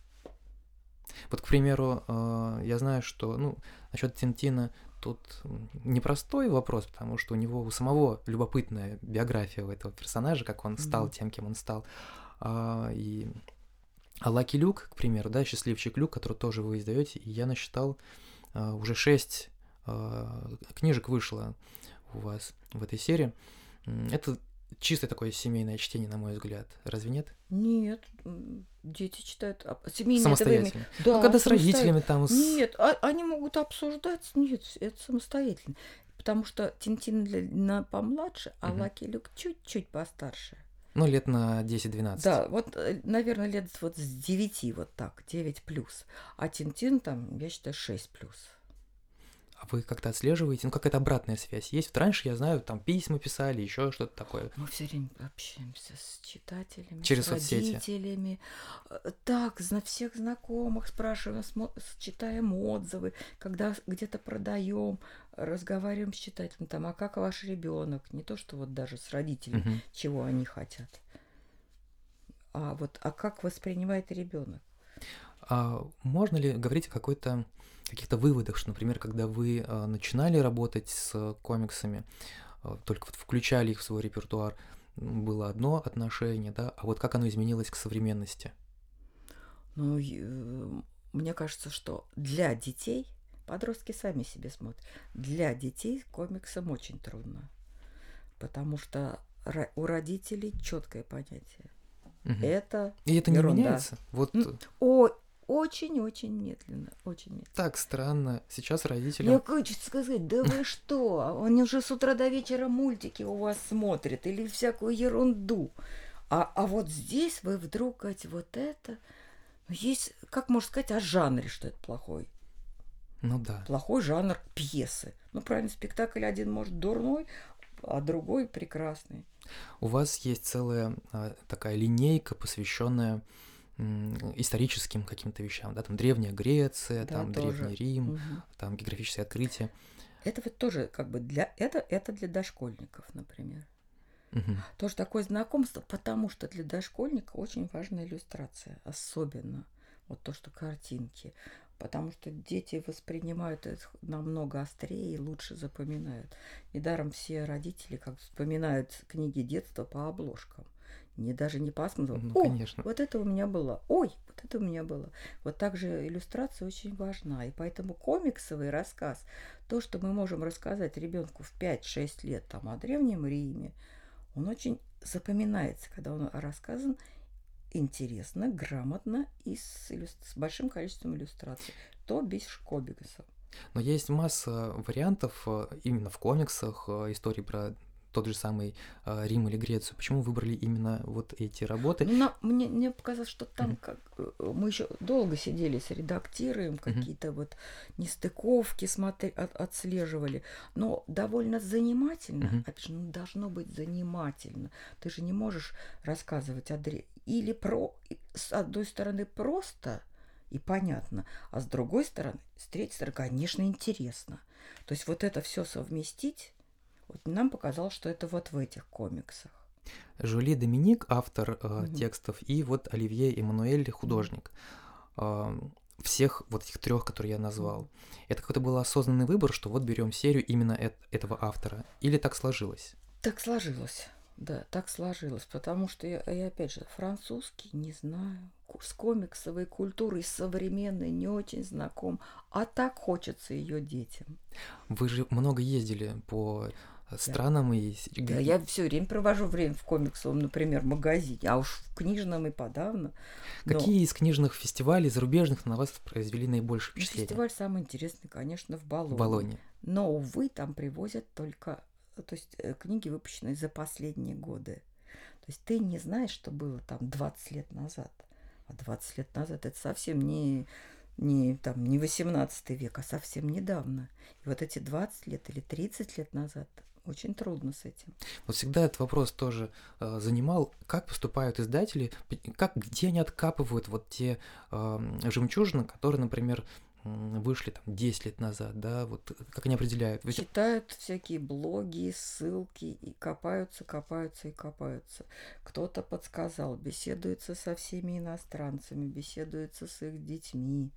Вот, к примеру, а, я знаю, что, ну, насчет Тинтина тут м, непростой вопрос, потому что у него у самого любопытная биография у этого персонажа, как он стал Мгм. тем, кем он стал. А, и а Лаки Люк, к примеру, да, счастливчик Люк, который тоже вы издаете, и я насчитал а, уже шесть а, книжек вышло у вас в этой серии. М, Это чисто такое семейное чтение, на мой взгляд. Разве нет? Нет, м, дети читают. а, Семейные это вы име- Самостоятельно. Да, Ну, когда с самостоятельно. родителями там... с- Нет, а- они могут обсуждать. Нет, это самостоятельно. Потому что Тинтин для, на помладше, а Мгм. Лаки Люк чуть-чуть постарше. Ну, лет на десять-двенадцать. Да, вот, наверное, лет вот с девяти вот так, девять плюс. А Тинтин там, я считаю, шесть плюс. А вы как-то отслеживаете? Ну, какая-то обратная связь есть? Вот раньше, я знаю, там письма писали, еще что-то такое. Мы все время общаемся с читателями, Через с соцсети. родителями. Э, Так, зна всех знакомых спрашиваем, смо- с- читаем отзывы, когда с- где-то продаем, разговариваем с читателем, там, а как ваш ребенок? Не то, что вот даже с родителями, Мгм. чего они хотят, а вот, а как воспринимает ребенок? А можно ли говорить о какой-то каких-то выводах, что, например, когда вы а, начинали работать с комиксами, а, только вот включали их в свой репертуар, м, было одно отношение, да, а вот как оно изменилось к современности? Ну, и, э, мне кажется, что для детей, подростки сами себе смотрят, для детей комиксам очень трудно, потому что ро- у родителей четкое понятие. Мгм. Это И это не ерунда. меняется? Вот М, э, О, очень-очень медленно, очень медленно. так странно. Сейчас Мне родителям... хочется сказать, да вы что, они уже с утра до вечера мультики у вас смотрят или всякую ерунду. А, а вот здесь вы вдруг говорите, вот это... Ну, есть, как можно сказать о жанре, что это плохой? Ну да. Плохой жанр пьесы. Ну, правильно, спектакль один может дурной, а другой прекрасный. У вас есть целая а, такая линейка, посвященная м, историческим каким-то вещам, да, там Древняя Греция, Да, там тоже. Древний Рим, Мгм. там географические открытия. Это вот тоже как бы для... Это, это для дошкольников, например. Мгм. Тоже такое знакомство, потому что для дошкольника очень важна иллюстрация, особенно вот то, что картинки, потому что дети воспринимают это намного острее и лучше запоминают. Недаром все родители как вспоминают книги детства по обложкам. Не даже не по смыслу. Ну, О, конечно. вот это у меня было. Ой, вот это у меня было. Вот так же иллюстрация очень важна. И поэтому комиксовый рассказ, то, что мы можем рассказать ребенку в пять-шесть лет там, о Древнем Риме, он очень запоминается, когда он рассказан интересно, грамотно и с, иллю- с большим количеством иллюстраций. То без комиксов. Но есть масса вариантов э, именно в комиксах, э, истории про тот же самый э, Рим или Грецию. Почему выбрали именно вот эти работы? Ну, на- мне, мне показалось, что там Мгм. как э, мы еще долго сидели, редактируем, какие-то вот нестыковки смотри, от- отслеживали, но довольно занимательно. Мгм. Опять же, ну, должно быть занимательно. Ты же не можешь рассказывать о дре... или про и с одной стороны просто и понятно. А с другой стороны, с третьей стороны, конечно, интересно. То есть вот это все совместить, вот нам показалось, что это вот в этих комиксах. Жюли Доминик, автор э, Мгм. текстов, и вот Оливье Эммануэль, художник. Э, всех вот этих трех, которые я назвал. Это какой-то был осознанный выбор, что вот берем серию именно эт- этого автора? Или так сложилось? Так сложилось. Да, так сложилось, потому что я, я опять же, французский не знаю, ку- с комиксовой культурой современной не очень знаком, а так хочется ее детям. Вы же много ездили по э, странам и... с- Да, г- я все время провожу время в комиксовом, например, магазине, а уж в книжном и подавно. Но Какие из книжных фестивалей зарубежных на вас произвели наибольшее ну, впечатление? фестиваль самый интересный, конечно, в В Болонье. Болонье. Но, увы, там привозят только, то есть э, книги, выпущенные за последние годы. То есть ты не знаешь, что было там двадцать лет назад. А двадцать лет назад это совсем не, не, там, не восемнадцатый век, а совсем недавно. И вот эти двадцать лет или тридцать лет назад очень трудно с этим. Вот всегда этот вопрос тоже э, занимал, как поступают издатели, п- как, где они откапывают вот те э, жемчужины, которые, например, м, вышли там десять лет назад, да, вот э, как они определяют. Ведь Читают всякие блоги, ссылки и копаются, копаются и копаются. Кто-то подсказал, беседуется со всеми иностранцами, беседуется с их детьми.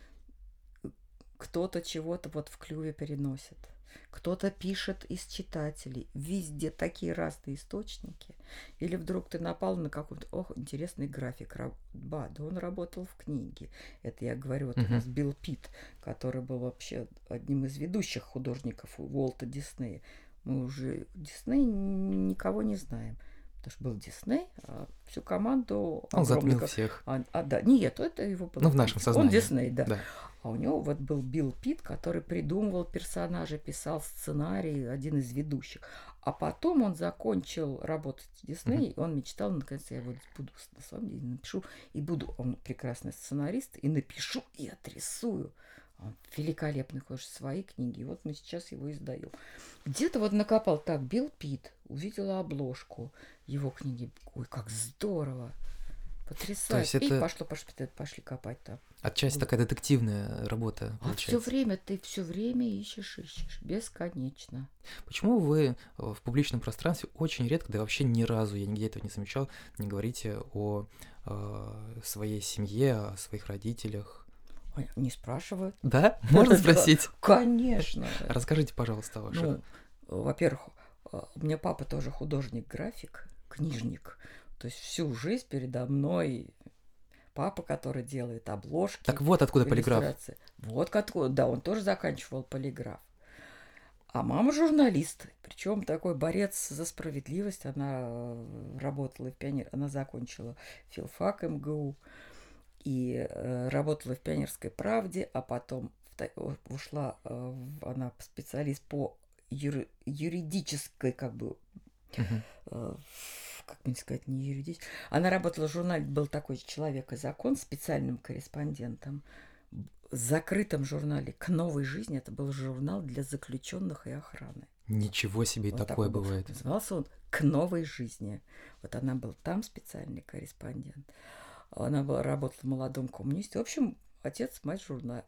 Кто-то чего-то вот в клюве переносит. Кто-то пишет из читателей. Везде такие разные источники. Или вдруг ты напал на какой-то, ох, интересный график. Ра- Ба, да он работал в книге. Это я говорю, вот у Мгм. нас Билл Питт, который был вообще одним из ведущих художников у Уолта Диснея. Мы уже Дисней никого не знаем. Потому что был Дисней, а всю команду он затмил огромную... всех. А, а, да, нет, это его было. Ну, в нашем Он сознании. Дисней, да. Да. А у него вот был Билл Питт, который придумывал персонажей, писал сценарий, один из ведущих. А потом он закончил работать в Дисней, и он мечтал, наконец, я вот буду на самом деле напишу, и буду, он прекрасный сценарист, и напишу, и отрисую. Он великолепный, конечно, свои книги. И вот мы сейчас его издаем. Где-то вот накопал так, Билл Питт, увидела обложку его книги. Ой, как здорово! Потрясающе. это- И пошло, пошло, пошли копать там. Отчасти Вот. такая детективная работа А все получается. время ты все время ищешь, ищешь, бесконечно. Почему вы э, в публичном пространстве очень редко, да вообще ни разу, я нигде этого не замечал, не говорите о э, своей семье, о своих родителях? Ой, не спрашивают. Да? Можно Да, спросить? Конечно. Расскажите, пожалуйста, о ваших. Ну, во-первых, э, у меня папа тоже художник-график, книжник. То есть всю жизнь передо мной папа, который делает обложки, Так вот откуда полиграф. иллюстрации. Вот откуда, да, он тоже заканчивал полиграф. А мама журналист, причем такой борец за справедливость. Она э, работала в пионер, она закончила филфак эм гэ у и э, работала в «Пионерской правде», а потом в та- о- ушла, э, в- она специалист по юри- юридической, как бы, Мгм. э, как мне сказать, не юридической. Она работала в журнале, был такой «Человек и закон», специальным корреспондентом. В закрытом журнале «К новой жизни», это был журнал для заключенных и охраны. Ничего себе, и Вот такое такой был. бывает. Назывался он «К новой жизни». Вот она был там специальный корреспондент. Она была, работала в «Молодом коммунисте». В общем, отец, мать журнал.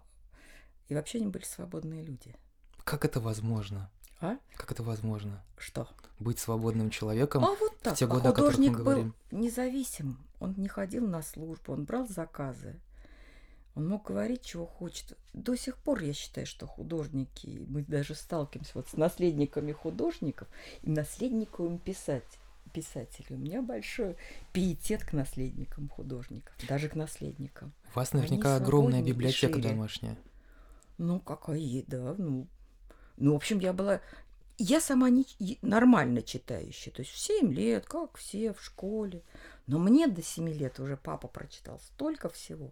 И вообще они были свободные люди. Как это возможно? А? Как это возможно? Что? Быть свободным человеком А вот так. в те А годы, о которых мы художник был говорим. независим. Он не ходил на службу, он брал заказы. Он мог говорить, чего хочет. До сих пор я считаю, что художники, мы даже сталкиваемся вот с наследниками художников и наследниками писать, писателей. У меня большой пиетет к наследникам художников, даже к наследникам. У вас Они наверняка огромная свободнее и библиотека шире. домашняя. Ну, какая, да, ну. Ну, в общем, я была... Я сама не, и- нормально читающая. То есть в семь лет, как все в школе. Но мне до семи лет уже папа прочитал столько всего.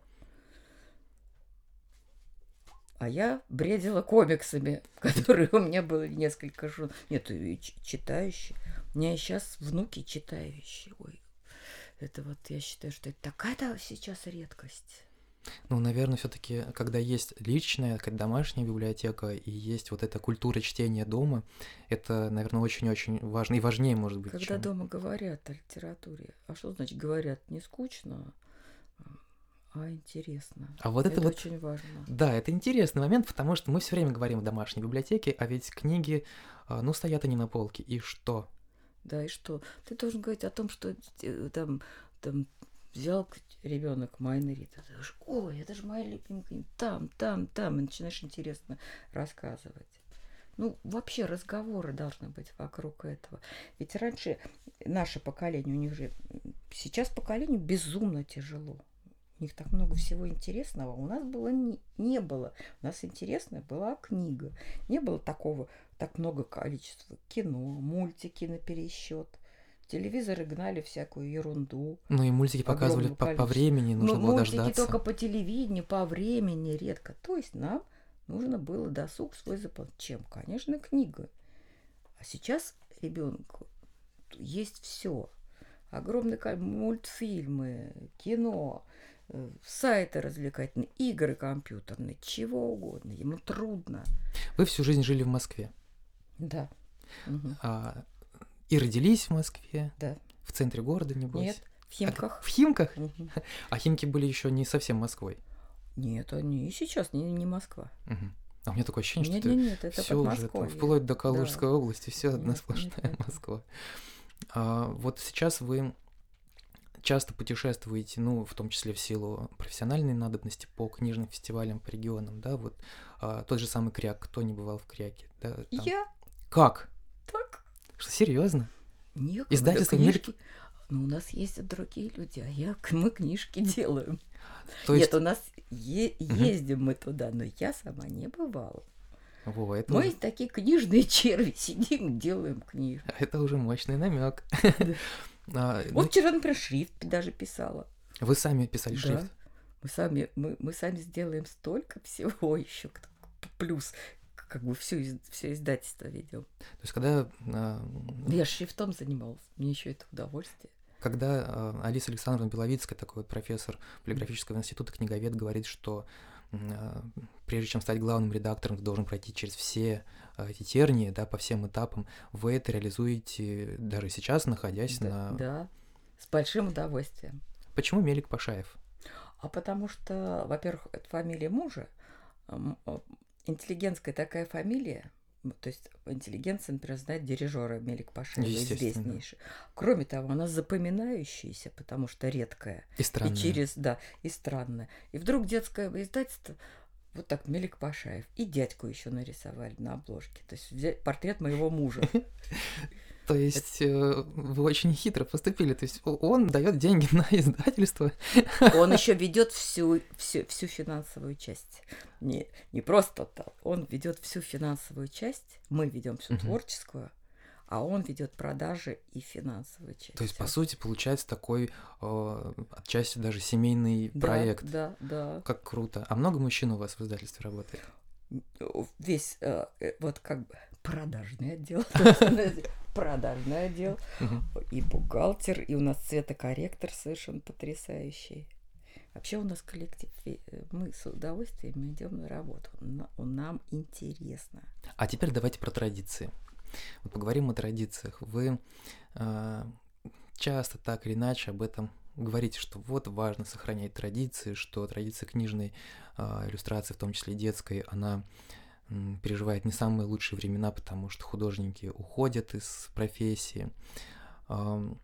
А я бредила комиксами, которые у меня было несколько жен. Нет, и ч- читающие. У меня и сейчас внуки читающие. Ой, это вот я считаю, что это такая-то сейчас редкость. Ну, наверное, все-таки, когда есть личная, какая-то домашняя библиотека и есть вот эта культура чтения дома, это, наверное, очень-очень важно и важнее, может быть, Когда чем... дома говорят о литературе, а что значит говорят? Не скучно, А, интересно. А вот это, Это вот, очень важно. да, это интересный момент, потому что мы все время говорим о домашней библиотеке, а ведь книги, а, ну, стоят они на полке, и что? Да, и что? Ты должен говорить о том, что э, там, там взял ребенок Майнери, ты думаешь, ой, это же моя любимая книга, там, там, там, и начинаешь интересно рассказывать. Ну, вообще разговоры должны быть вокруг этого. Ведь раньше наше поколение, у них же сейчас поколению безумно тяжело. У них так много всего интересного. У нас было не, не было. У нас интересная была книга. Не было такого, так много количества кино, мультики на пересчет. Телевизоры гнали всякую ерунду. Ну и мультики показывали Огромного по, по количества. времени, нужно Ну, было мультики дождаться. только по телевидению, по времени редко. То есть нам нужно было досуг свой заполнить. Чем? Конечно, книга. А сейчас ребенку есть все. Огромные мультфильмы, кино, сайты развлекательные, игры компьютерные, чего угодно. Ему трудно. Вы всю жизнь жили в Москве. Да. Угу. А, и родились в Москве. Да. В центре города, небось. Нет, в Химках. А, в Химках? Угу. А Химки были еще не совсем Москвой. Нет, они и сейчас не, не Москва. Угу. А у меня такое ощущение, нет, что нет, нет, это все под уже там, Москвой. вплоть до Калужской Да. области, все одна Нет, сплошная нет, Москва. А, вот сейчас вы часто путешествуете, ну, в том числе в силу профессиональной надобности по книжным фестивалям, по регионам, да, вот а, тот же самый Кряк, кто не бывал в Кряке, да? Там... Я? Как? Так? Что, серьезно? Нет, Издательство книжки. «Мир»? Ну, у нас ездят другие люди, а я, мы книжки делаем. То есть... Нет, у нас е- ездим мы туда, но я сама не бывала. Во, это, Мы уже... такие книжные черви, сидим, делаем книжки. это уже мощный намек. А, Вот ну, вчера, например, шрифт даже писала. вы сами писали Да. шрифт? Мы сами, мы, мы сами сделаем столько всего еще, плюс как бы все, все издательство ведем. То есть когда... а, Я шрифтом занималась, мне еще это удовольствие. Когда а, Алиса Александровна Беловицкая, такой вот профессор полиграфического института, книговед, говорит, что а, прежде чем стать главным редактором, ты должен пройти через все а, эти тернии, да, по всем этапам, вы это реализуете даже сейчас, находясь Да, на... да, с большим удовольствием. Почему Мелик Пашаев? А потому что, во-первых, это фамилия мужа, м, э, интеллигентская такая фамилия, м, то есть интеллигенция, например, знает дирижера Мелик Пашаева, Естественно. известнейший. Кроме того, она запоминающаяся, потому что редкая. И странное. И через, да, и странная. И вдруг детское издательство, вот так, Мелик Пашаев. И дядьку еще нарисовали на обложке. То есть взять портрет моего мужа. То есть э, вы очень хитро поступили. То есть он дает деньги на издательство. Он еще ведет всю, всю, всю финансовую часть. Не, не просто так. Он ведет всю финансовую часть. Мы ведем всю Мгм. творческую, а он ведет продажи и финансовую часть. То есть, по Всё. сути, получается такой э, отчасти даже семейный Да, проект. Да, да. Как круто. А много мужчин у вас в издательстве работает? Весь э, э, вот как бы продажный отдел. Продажный отдел. Мгм. И бухгалтер, и у нас цветокорректор совершенно потрясающий. Вообще у нас коллектив, э, мы с удовольствием идем на работу. На- Нам интересно. А теперь давайте про традиции. Вот поговорим о традициях. Вы э, часто так или иначе об этом говорите, что вот важно сохранять традиции, что традиция книжной э, иллюстрации, в том числе и детской, она м, переживает не самые лучшие времена, потому что художники уходят из профессии. Ам,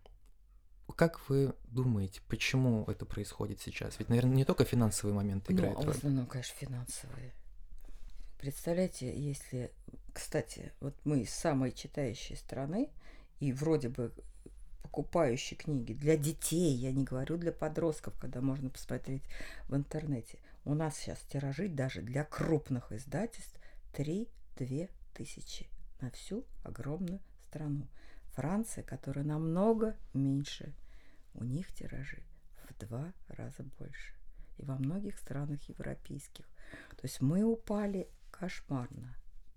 Как вы думаете, почему это происходит сейчас? Ведь, наверное, не только финансовые моменты Ну, играют а в роль. основном, конечно, финансовые. Представляете, если... Кстати, вот мы из самой читающей страны, и вроде бы покупающие книги для детей, я не говорю для подростков, когда можно посмотреть в интернете. У нас сейчас тиражи даже для крупных издательств три-две тысячи на всю огромную страну. Франция, которая намного меньше, у них тиражи в два раза больше. И во многих странах европейских. То есть мы упали кошмарно.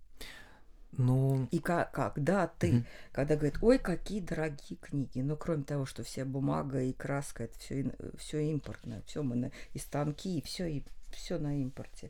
Ну, И ка- когда ты, Мгм. когда говорят, ой, какие дорогие книги, ну, кроме того, что вся бумага и краска, это все, все импортное, все мы на, и станки, и все, и все на импорте,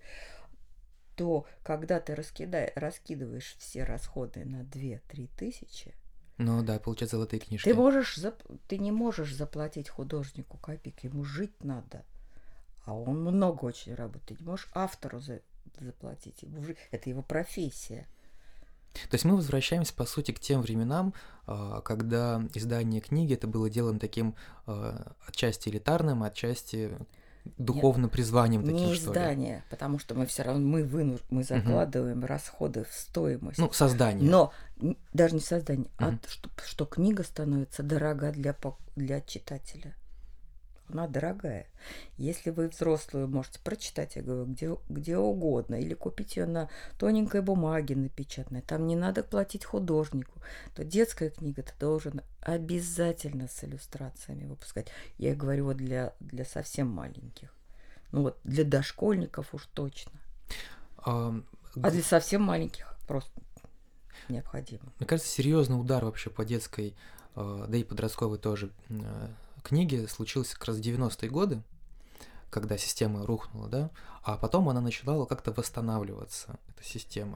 то когда ты раскидай, раскидываешь все расходы на две-три тысячи, ну да, получается золотые книжки. ты можешь, зап- ты не можешь заплатить художнику копейки, ему жить надо. А он много очень работает. Ты не можешь автору за, заплатить. Ему уже, это его профессия. То есть мы возвращаемся, по сути, к тем временам, когда издание книги это было делом таким отчасти элитарным, отчасти духовным Нет, призванием таким, не что ли. издание, потому что мы все равно мы, вынуж... мы закладываем угу. расходы в стоимость. Ну, создание. Но даже не создание, угу. а что, что книга становится дорога для, для читателя. Она дорогая. Если вы взрослую можете прочитать, я говорю, где, где угодно, или купить ее на тоненькой бумаге напечатанной, там не надо платить художнику, то детская книга ты должен обязательно с иллюстрациями выпускать. Я говорю вот для, для совсем маленьких. Ну вот для дошкольников уж точно. А, а для совсем маленьких просто необходимо. Мне кажется, серьезный удар вообще по детской, да и подростковой тоже книги случился как раз в девяностые годы, когда система рухнула, да, а потом она начала как-то восстанавливаться, эта система.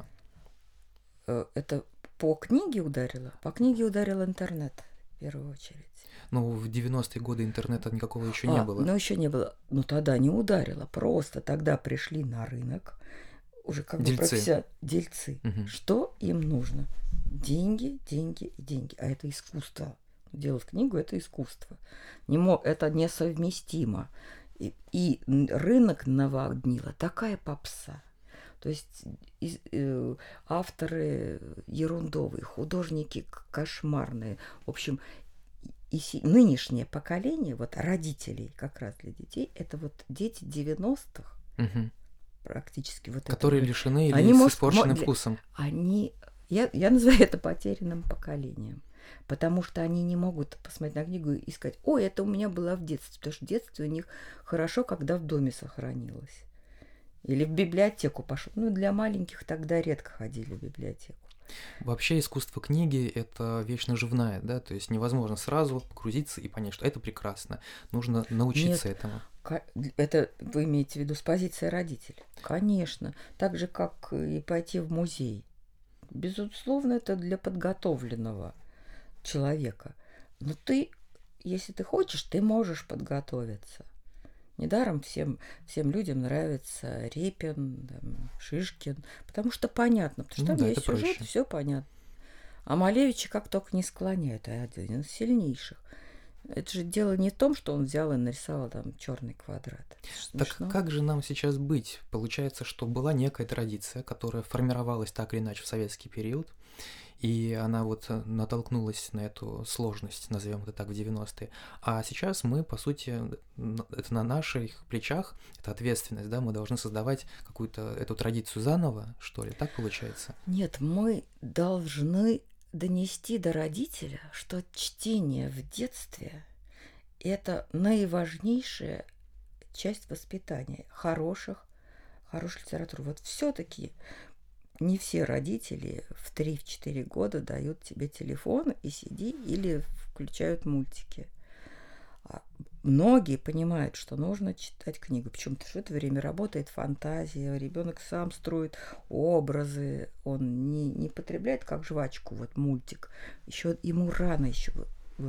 Это по книге ударило? По книге ударил интернет, в первую очередь. Ну, в девяностые годы интернета никакого еще не а, было. Ну, еще не было. Ну, тогда не ударило, просто тогда пришли на рынок уже как дельцы. бы профессия... дельцы. Угу. Что им нужно? Деньги, деньги и деньги. А это искусство. Делать книгу – это искусство. Не мог, это несовместимо. И, и рынок наводнила такая попса. То есть и, э, авторы ерундовые, художники кошмарные. В общем, и си, нынешнее поколение, вот родителей как раз для детей, это вот дети девяностых, угу. практически. Вот которые это, лишены или они, с может, испорченным для, вкусом. Они, я, я называю это потерянным поколением. Потому что они не могут посмотреть на книгу и сказать, ой, это у меня было в детстве. Потому что в детстве у них хорошо, когда в доме сохранилось. Или в библиотеку пошел. Ну, для маленьких тогда редко ходили в библиотеку. Вообще искусство книги – это вещь наживная, да? То есть невозможно сразу погрузиться и понять, что это прекрасно. Нужно научиться Нет, этому. Это вы имеете в виду с позиции родителя? Конечно. Так же, как и пойти в музей. Безусловно, это для подготовленного человека. Но ты, если ты хочешь, ты можешь подготовиться. Недаром всем, всем людям нравится Репин, там, Шишкин, потому что понятно, потому что ну, там да, есть сюжет, все понятно. А Малевича как только не склоняют, а один из сильнейших. Это же дело не в том, что он взял и нарисовал там черный квадрат. Так как же нам сейчас быть? Получается, что была некая традиция, которая формировалась так или иначе в советский период, и она вот натолкнулась на эту сложность, назовем это так, в девяностые. А сейчас мы, по сути, это на наших плечах, это ответственность, да, мы должны создавать какую-то эту традицию заново, что ли, так получается? Нет, мы должны донести до родителя, что чтение в детстве – это наиважнейшая часть воспитания хороших, хорошей литературы. Вот все-таки не все родители в три-четыре года дают тебе телефон и сиди или включают мультики. А многие понимают, что нужно читать книгу. Почему-то в это время работает фантазия, ребенок сам строит образы, он не, не потребляет как жвачку, вот мультик. Еще ему рано еще вот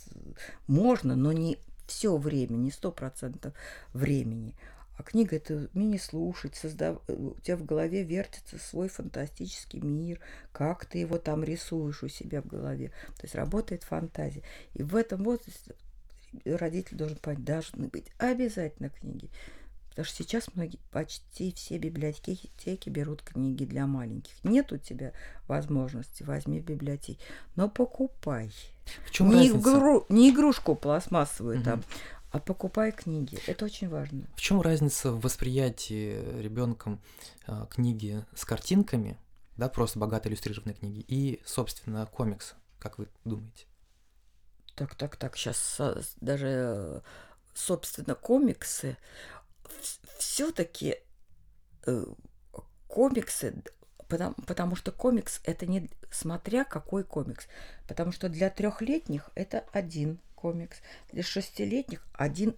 можно, но не все время, не сто процентов времени. А книга – это умение слушать, создав... у тебя в голове вертится свой фантастический мир, как ты его там рисуешь у себя в голове. То есть работает фантазия. И в этом возрасте родитель должен понять, должны быть обязательно книги. Потому что сейчас многие, почти все библиотеки берут книги для маленьких. Нет у тебя возможности, возьми в библиотеке. Но покупай. В чем не, разница? Игру, не игрушку пластмассовую угу. там, а покупай книги. Это очень важно. В чем разница в восприятии ребенком э, книги с картинками, да, просто богато иллюстрированной книги, и, собственно, комикса, как вы думаете? Так, так, так. Сейчас даже, собственно, комиксы. Все-таки э, комиксы, потому, потому что комикс это не смотря какой комикс. Потому что для трехлетних это один комикс, для шестилетних один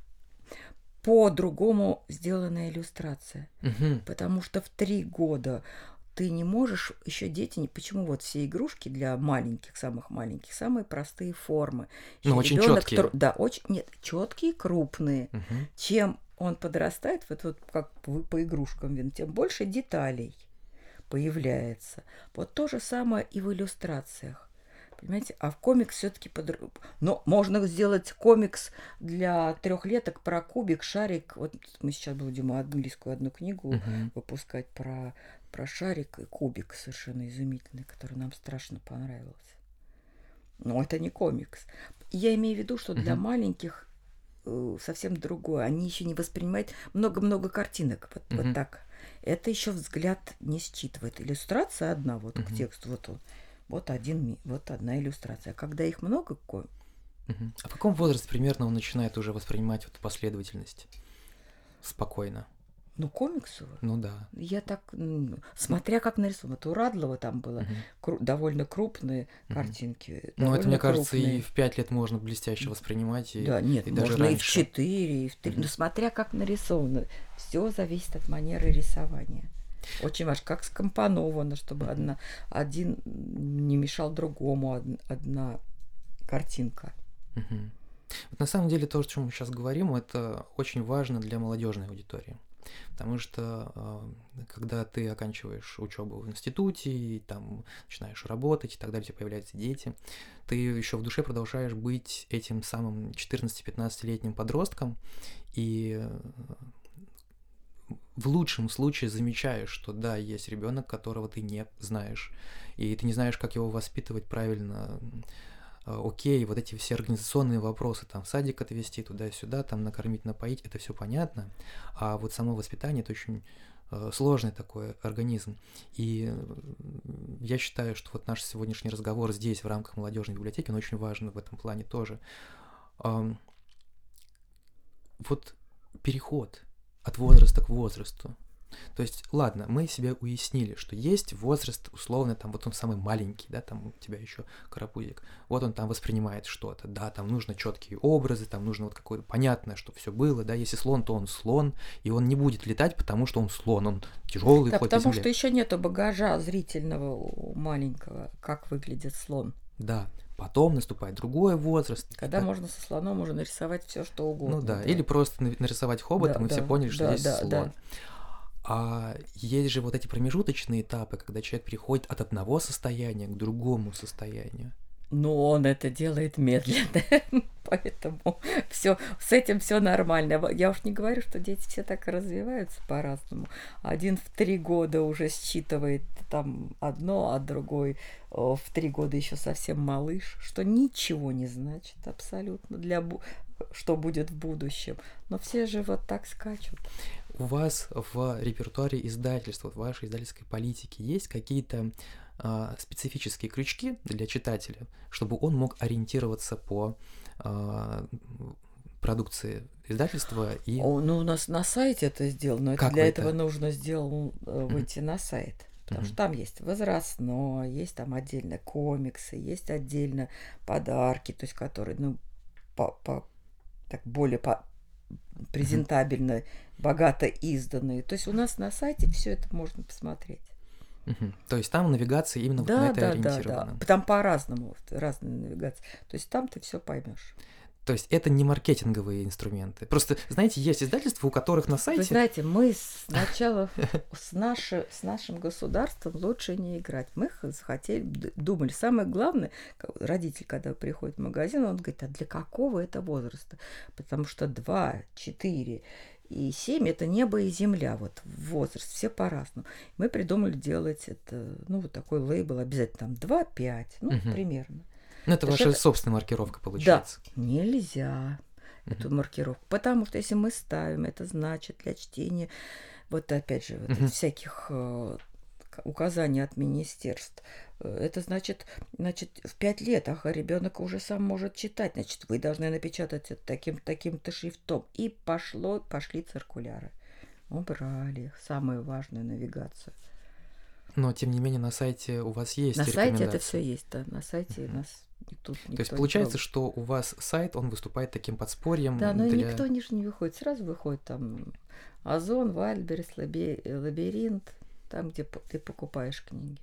по-другому сделанная иллюстрация. Угу. Потому что в три года ты не можешь, еще дети, не, почему вот все игрушки для маленьких, самых маленьких, самые простые формы. Ну, очень четкие. Тр, да, очень, нет, четкие, крупные. Угу. Чем он подрастает, вот, вот как вы по игрушкам видно, тем больше деталей появляется. Вот то же самое и в иллюстрациях. Понимаете, а в комикс все-таки под... Но можно сделать комикс для трехлеток про кубик, шарик. Вот мы сейчас будем английскую одну книгу Мгм. выпускать про, про шарик и кубик совершенно изумительный, который нам страшно понравился. Но это не комикс. Я имею в виду, что для Мгм. маленьких э, совсем другое. Они еще не воспринимают много-много картинок. Вот, вот Мгм. так. Это еще взгляд не считывает. Иллюстрация одна, вот к Мгм. тексту, вот он. Вот, один, ми- вот одна иллюстрация. А когда их много, ко- Мгм. А в каком возрасте примерно он начинает уже воспринимать вот последовательность спокойно? ну, комиксово, Ну да. я так, м, смотря как нарисовано. Вот у Радлова там было Мгм. кру- довольно крупные Мгм. картинки. Ну, это, довольно мне кажется, крупные. и в пять лет можно блестяще воспринимать, и, Да, нет, и даже можно и в раньше. четыре, и в три. Мгм. Но смотря как нарисовано. Все зависит от манеры рисования. Очень важно, как скомпоновано, чтобы Мгм. одна, один не мешал другому, од- одна картинка. Мгм. Вот на самом деле то, о чем мы сейчас говорим, это очень важно для молодежной аудитории. Потому что э, когда ты оканчиваешь учебу в институте, и там начинаешь работать, и так далее, у тебя появляются дети, ты еще в душе продолжаешь быть этим самым четырнадцати-пятнадцатилетним подростком, и э, в лучшем случае замечаешь, что да, есть ребенок, которого ты не знаешь, и ты не знаешь, как его воспитывать правильно. Э, Окей, вот эти все организационные вопросы, там, в садик отвезти, туда-сюда, там, накормить, напоить, это все понятно, а вот само воспитание — это очень э, сложный такой организм. И э, я считаю, что вот наш сегодняшний разговор здесь, в рамках молодежной библиотеки, он очень важен в этом плане тоже. Ам, Вот переход от возраста к возрасту. То есть, ладно, мы себе уяснили, что есть возраст, условно, там, вот он самый маленький, да, там у тебя еще карапузик, вот он там воспринимает что-то, да, там нужно четкие образы, там нужно вот какое-то понятное, что все было, да, если слон, то он слон, и он не будет летать, потому что он слон, он тяжелый, Да, ходит по потому земле. что еще нету багажа зрительного у маленького, как выглядит слон. Да, потом наступает другой возраст. Когда да, можно со слоном уже нарисовать все, что угодно. Ну да, или просто на- нарисовать хобот, Да, и мы все да, поняли, что да, здесь да, слон. да. А есть же вот эти промежуточные этапы, когда человек переходит от одного состояния к другому состоянию. Но он это делает медленно, поэтому все с этим все нормально. Я уж не говорю, что дети все так и развиваются по-разному. Один в три года уже считывает там одно, а другой о, в три года еще совсем малыш, что ничего не значит абсолютно для бу- что будет в будущем. Но все же вот так скачут. У вас в репертуаре издательства, в вашей издательской политике есть какие-то а, специфические крючки для читателя, чтобы он мог ориентироваться по а, продукции издательства и О, ну, у нас на сайте это сделано, но это как для вы этого это? нужно сделал, э, Мгм. выйти на сайт. Потому Мгм. что там есть возрастное, есть там отдельно комиксы, есть отдельно подарки, то есть которые, ну, по, по- так более по, презентабельно, богато изданные. То есть у нас на сайте все это можно посмотреть. Мгм. То есть там навигация именно вот на Да, это да, да, да. ориентирована. Там по-разному, вот, разные навигации. То есть там ты все поймешь. То есть это не маркетинговые инструменты. Просто, знаете, есть издательства, у которых на Вы сайте... знаете, мы сначала с, наши, с нашим государством лучше не играть. Мы х- захотели, д- думали, самое главное, ка- родитель, когда приходит в магазин, он говорит, а для какого это возраста? Потому что два, четыре и семь это небо и земля, вот возраст, все по-разному. Мы придумали делать это, ну, вот такой лейбл, обязательно там два-пять, ну, Мгм. примерно. Ну, это То есть ваша это- собственная маркировка Да, получается. нельзя Мгм. эту маркировку. Потому что если мы ставим, это значит для чтения, вот опять же, вот Мгм. всяких э, к- указаний от министерств, э, это значит, значит, в пять лет, ага, ребенок уже сам может читать, значит, вы должны напечатать это таким, таким-то шрифтом. И пошло, пошли циркуляры. Убрали их, самую важную навигацию. Но, тем не менее, на сайте у вас есть На сайте это рекомендации. все есть, да, на сайте Мгм. нас никто, никто То есть не получается, трогает. что у вас сайт, он выступает таким подспорьем Да, но и для... никто ниже не выходит. Сразу выходит там Озон, Вальберес, Лабе- Лабиринт, там, где по- ты покупаешь книги.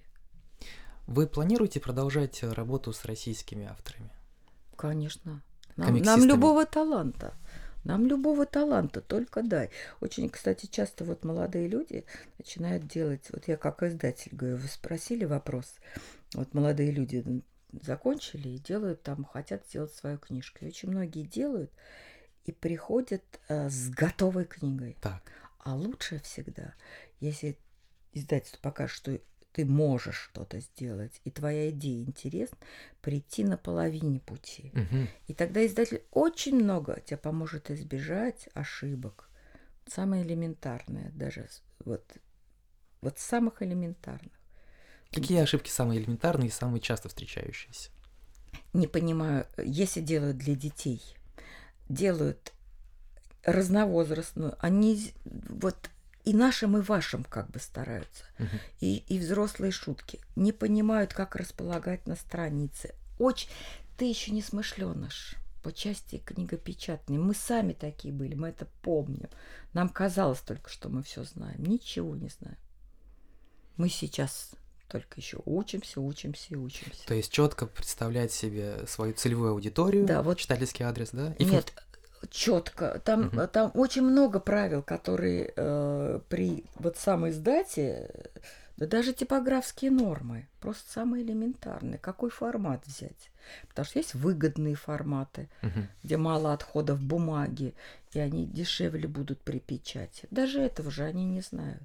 Вы планируете продолжать э, работу с российскими авторами? Конечно. Нам, нам Комиксистами. любого таланта. Нам любого таланта только дай. Очень, кстати, часто вот молодые люди начинают делать, вот я как издатель говорю, вы спросили вопрос, вот молодые люди закончили и делают там, хотят сделать свою книжку. И очень многие делают и приходят э, с готовой книгой. Так. А лучше всегда, если издательство покажет, что ты можешь что-то сделать, и твоя идея интересна, прийти на половине пути. Угу. И тогда издатель очень много тебе поможет избежать ошибок. Самые элементарные, даже вот, вот самых элементарных. Какие ошибки самые элементарные и самые часто встречающиеся? Не понимаю, если делают для детей, делают разновозрастную, они вот и нашим, и вашим как бы стараются. Uh-huh. И, и взрослые шутки. Не понимают, как располагать на странице. Очень... Ты еще не смышленыш по части книгопечатания. Мы сами такие были, мы это помним. Нам казалось только, что мы все знаем. Ничего не знаем. Мы сейчас только еще учимся, учимся и учимся. То есть четко представлять себе свою целевую аудиторию, да, вот... читательский адрес, да? И Нет, четко. Там, uh-huh. там очень много правил, которые э, при вот самой издате, да даже типографские нормы, просто самые элементарные. Какой формат взять? Потому что есть выгодные форматы, uh-huh. где мало отходов бумаги, и они дешевле будут при печати. Даже этого же они не знают.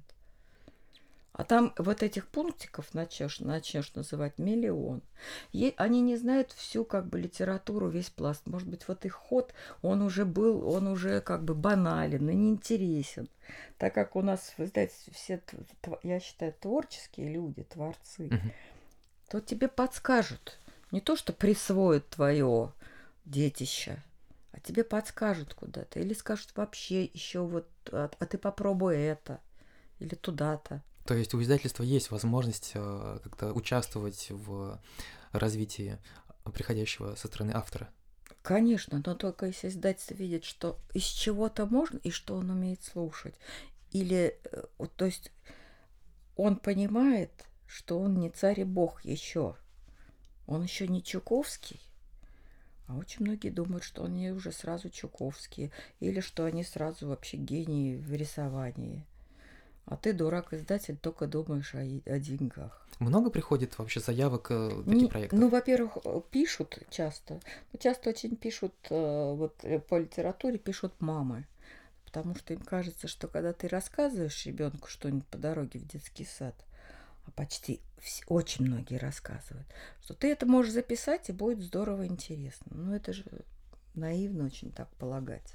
А там вот этих пунктиков начнешь, начнешь называть миллион. Е- они не знают всю как бы литературу, весь пласт. Может быть, вот их ход, он уже был, он уже как бы банален и неинтересен. Так как у нас, вы знаете, все, я считаю, творческие люди, творцы, uh-huh. то тебе подскажут. Не то, что присвоят твое детище, а тебе подскажут куда-то. Или скажут вообще еще вот, а, а ты попробуй это. Или туда-то. То есть у издательства есть возможность э, как-то участвовать в развитии приходящего со стороны автора? Конечно, но только если издательство видит, что из чего-то можно и что он умеет слушать. Или, то есть, он понимает, что он не царь и бог еще. Он еще не Чуковский. А очень многие думают, что они уже сразу Чуковские. Или что они сразу вообще гении в рисовании. А ты, дурак-издатель, только думаешь о, о деньгах. Много приходит вообще заявок э, таких Не, проектов? Ну, во-первых, пишут часто. Часто очень пишут, э, вот по литературе пишут мамы. Потому что им кажется, что когда ты рассказываешь ребенку что-нибудь по дороге в детский сад, а почти все, очень многие рассказывают, что ты это можешь записать, и будет здорово интересно. Ну, это же наивно очень так полагать.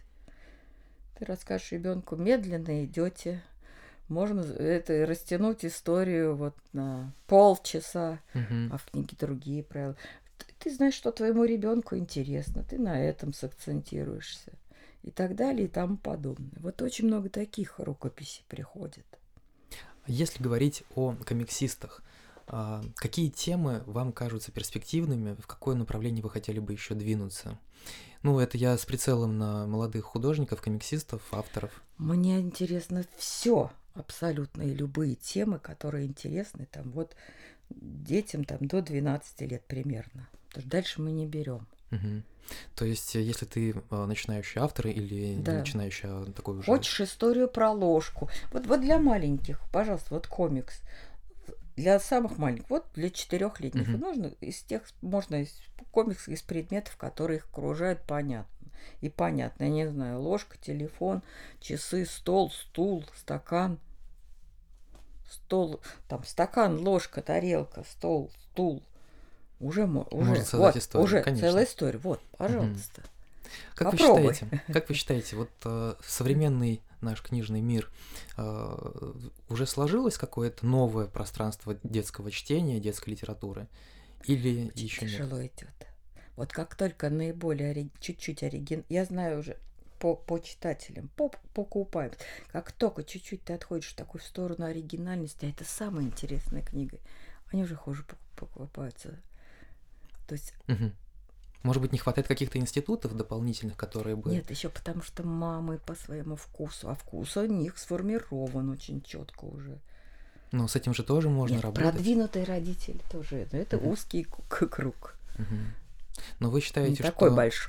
Ты расскажешь ребенку, медленно идете. Можно это растянуть историю вот на полчаса, uh-huh. а в книге другие правила. Ты, ты знаешь, что твоему ребенку интересно, ты на этом сакцентируешься и так далее и тому подобное. Вот очень много таких рукописей приходит. Если говорить о комиксистах, какие темы вам кажутся перспективными, в какое направление вы хотели бы еще двинуться? Ну, это я с прицелом на молодых художников, комиксистов, авторов. Мне интересно все. Абсолютно и любые темы, которые интересны там вот детям там до двенадцати лет примерно. Потому что дальше мы не берем. Угу. То есть, если ты начинающий автор или да. не начинающий, а такой уже... Хочешь историю про ложку. Вот, вот для маленьких, пожалуйста, вот комикс. Для самых маленьких, вот для четырехлетних. Угу. Нужно из тех, можно из комикс из предметов, которые их окружают, понятно. И понятно, я не знаю, ложка, телефон, часы, стол, стул, стакан. Стол, там стакан, ложка, тарелка, стол, стул. Уже, уже, вот, историю, уже конечно. Целая история. Вот, пожалуйста. Угу. Как Попробуй. вы считаете, как вы считаете, вот э, современный наш книжный мир э, уже сложилось какое-то новое пространство детского чтения, детской литературы? Или Очень еще тяжело нет? идет. Вот как только наиболее ори... чуть-чуть оригин... Я знаю уже по, по читателям, по покупаем. Как только чуть-чуть ты отходишь в такую сторону оригинальности, а это самая интересная книга, они уже хуже покупаются. То есть... Угу. Может быть, не хватает каких-то институтов дополнительных, которые бы... Нет, еще потому что мамы по своему вкусу, а вкус у них сформирован очень четко уже. Но с этим же тоже можно Нет, работать. Продвинутые родители тоже. Но это угу. узкий круг. Угу. Но вы считаете, не что... такой большой.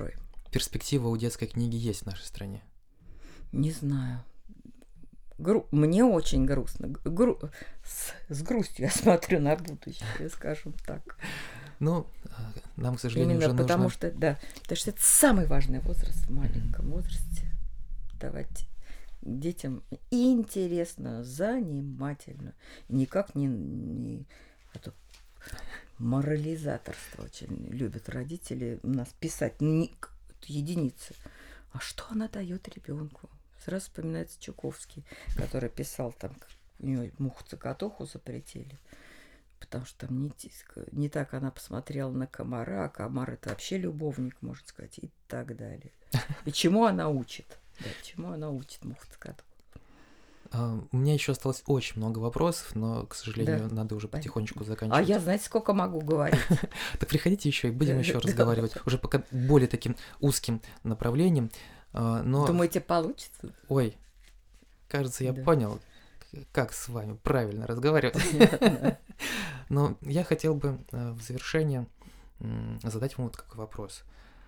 перспектива у детской книги есть в нашей стране? Не знаю. Гру... Мне очень грустно. Гру... С... С грустью я смотрю на будущее, скажем так. Ну, нам, к сожалению, Именно уже потому нужно... что, да, потому что это самый важный возраст в маленьком возрасте. Давать детям интересную, занимательную. Никак не, не это морализаторство очень любят родители у нас писать. Не, единицы. А что она дает ребенку? Сразу вспоминается Чуковский, который писал там, у него муху-цокотуху запретили, потому что там не, не так она посмотрела на комара, а комар это вообще любовник, можно сказать, и так далее. И чему она учит? Да, чему она учит муху-цокотуху? Uh, у меня еще осталось очень много вопросов, но, к сожалению, да. надо уже потихонечку А заканчивать. я, знаете, сколько могу говорить? Так приходите еще и будем еще разговаривать, уже пока более таким узким направлением. Но... Думаете, получится? Ой, кажется, я да. понял, как с вами правильно разговаривать. Но я хотел бы в завершение задать вам вот какой вопрос.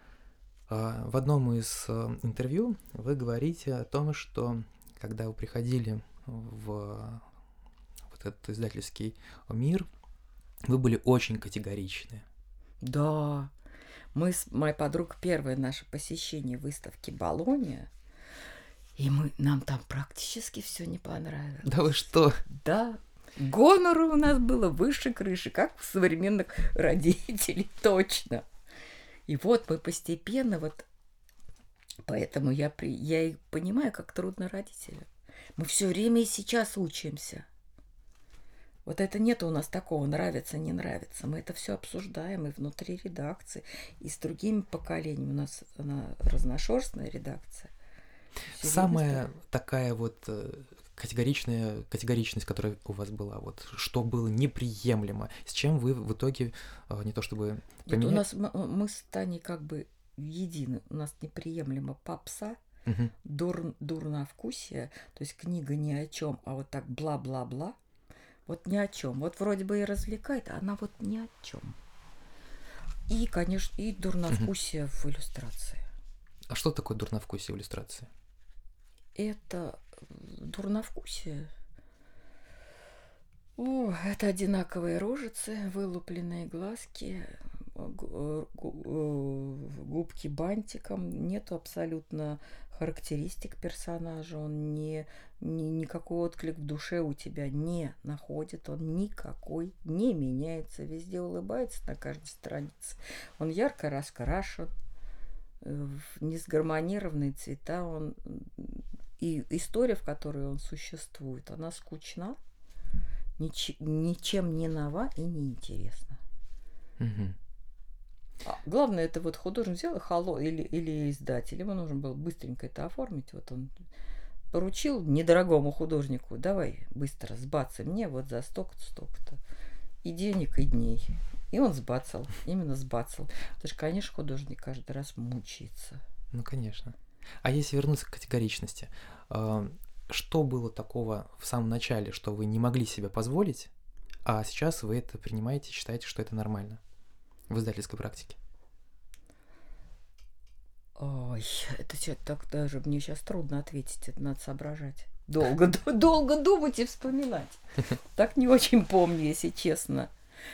В одном из интервью вы говорите о том, что когда вы приходили в вот этот издательский мир, вы были очень категоричны. Да. Мы с моей подругой первое наше посещение выставки «Болонья», и мы, нам там практически все не понравилось. Да вы что? Да. Гонора у нас было выше крыши, как у современных родителей, точно. И вот мы постепенно вот... Поэтому я, при... я и понимаю, как трудно родителям. Мы все время и сейчас учимся. Вот это нет у нас такого нравится, не нравится. Мы это все обсуждаем и внутри редакции, и с другими поколениями. У нас она разношерстная редакция. Всё Самая время... такая вот категоричная категоричность, которая у вас была, вот что было неприемлемо, с чем вы в итоге не то чтобы поменять... У нас мы с Таней как бы едины. У нас неприемлемо попса, угу. дур, дурновкусие, то есть книга ни о чем, а вот так бла-бла-бла. Вот ни о чем. Вот вроде бы и развлекает, а она вот ни о чем. И, конечно, и дурновкусие угу. в иллюстрации. А что такое дурновкусие в иллюстрации? Это дурновкусие. О, это одинаковые рожицы, вылупленные глазки, губки бантиком. Нету абсолютно характеристик персонажа. Он не, не никакой отклик в душе у тебя не находит. Он никакой не меняется. Везде улыбается на каждой странице. Он ярко раскрашен, несгармонированные цвета. Он... И история, в которой он существует, она скучна, нич- ничем не нова и не интересна. Угу. А главное, это вот художник взял и холо, или, или издатель. Ему нужно было быстренько это оформить. Вот он поручил недорогому художнику: давай быстро сбацай мне вот за столько-то, столько-то. И денег, и дней. И он сбацал, именно сбацал. Потому что, конечно, художник каждый раз мучается. Ну, конечно. А если вернуться к категоричности, что было такого в самом начале, что вы не могли себе позволить, а сейчас вы это принимаете и считаете, что это нормально в издательской практике? Ой, это что, так даже мне сейчас трудно ответить, это надо соображать. Долго, долго думать и вспоминать. Так не очень помню, если честно.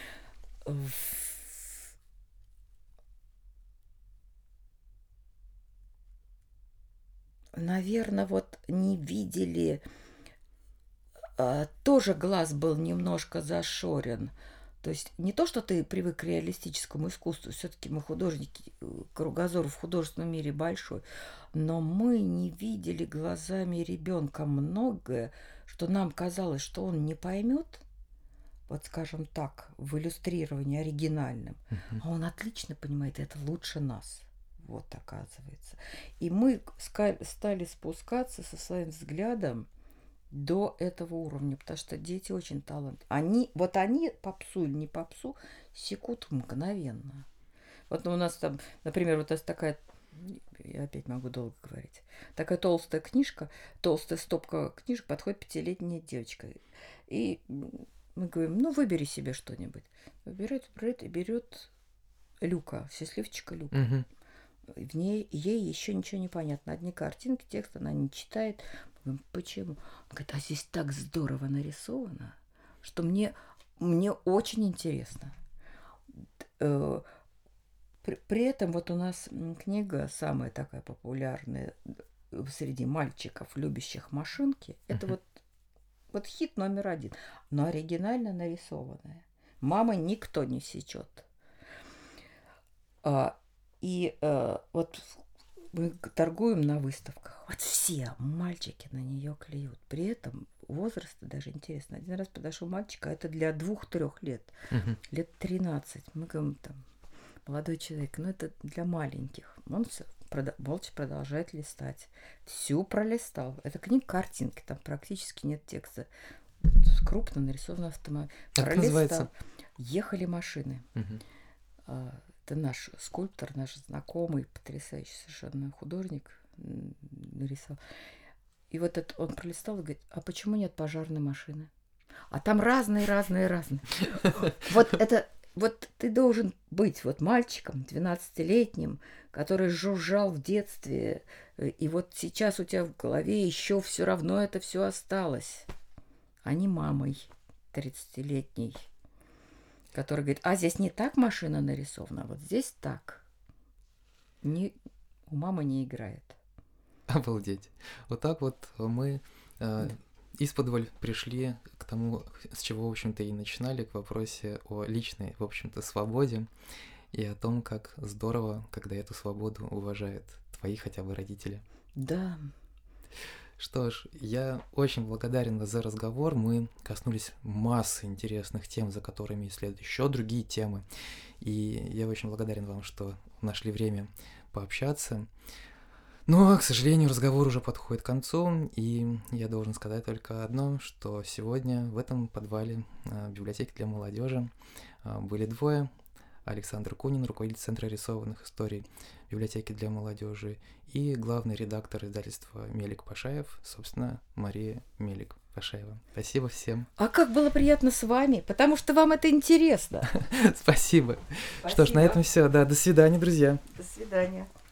Наверное, вот не видели, а, тоже глаз был немножко зашорен. То есть не то, что ты привык к реалистическому искусству, все-таки мы художники, кругозор в художественном мире большой, но мы не видели глазами ребенка многое, что нам казалось, что он не поймет, вот скажем так, в иллюстрировании оригинальном, uh-huh. а он отлично понимает, это лучше нас. Вот, оказывается. И мы стали спускаться со своим взглядом до этого уровня, потому что дети очень талантливые. Они, вот они, попсу или не попсу, секут мгновенно. Вот у нас там, например, вот такая, я опять могу долго говорить, такая толстая книжка, толстая стопка книжек, подходит пятилетняя девочка. И мы говорим: ну, выбери себе что-нибудь. Выбирает, выбирает и берет Люка, счастливчика Люка. Угу. в ней ей еще ничего не понятно. Одни картинки, текст она не читает. Мы говорим, почему? Она говорит, а здесь так здорово нарисовано, что мне, мне очень интересно. При, при этом вот у нас книга самая такая популярная среди мальчиков, любящих машинки. Uh-huh. Это вот, вот хит номер один. Но оригинально нарисованная. Мама никто не сечет. А, и а, вот мы торгуем на выставках. Вот все мальчики на нее клеют. При этом возраста даже интересно. Один раз подошел мальчик, а это для двух-трех лет. Uh-huh. Лет тринадцать. Мы говорим, там, молодой человек, ну это для маленьких. Он все прод... молча продолжает листать. Всю пролистал. Это книга картинки, там практически нет текста. Крупно нарисован автомобиль. Как называется? Ехали машины. Uh-huh. А, это наш скульптор, наш знакомый, потрясающий совершенно художник нарисовал. И вот это он пролистал и говорит, а почему нет пожарной машины? А там разные, разные, разные. Вот это, вот ты должен быть вот мальчиком двенадцатилетним, который жужжал в детстве, и вот сейчас у тебя в голове еще все равно это все осталось. А не мамой тридцатилетней, которая говорит, а здесь не так машина нарисована, а вот здесь так. Не, у мамы не играет. Обалдеть. Вот так вот мы э, исподволь пришли к тому, с чего, в общем-то, и начинали, к вопросе о личной, в общем-то, свободе и о том, как здорово, когда эту свободу уважают твои хотя бы родители. Да. Что ж, я очень благодарен за разговор. Мы коснулись массы интересных тем, за которыми исследуют еще другие темы. И я очень благодарен вам, что нашли время пообщаться. Но, к сожалению, разговор уже подходит к концу, и я должен сказать только одно, что сегодня в этом подвале э, библиотеки для молодежи э, были двое. Александр Кунин, руководитель Центра рисованных историй библиотеки для молодежи, и главный редактор издательства Мелик Пашаев, собственно, Мария Мелик Пашаева. Спасибо всем. А как было приятно с вами, потому что вам это интересно. Спасибо. Что ж, на этом все. Да, до свидания, друзья. До свидания.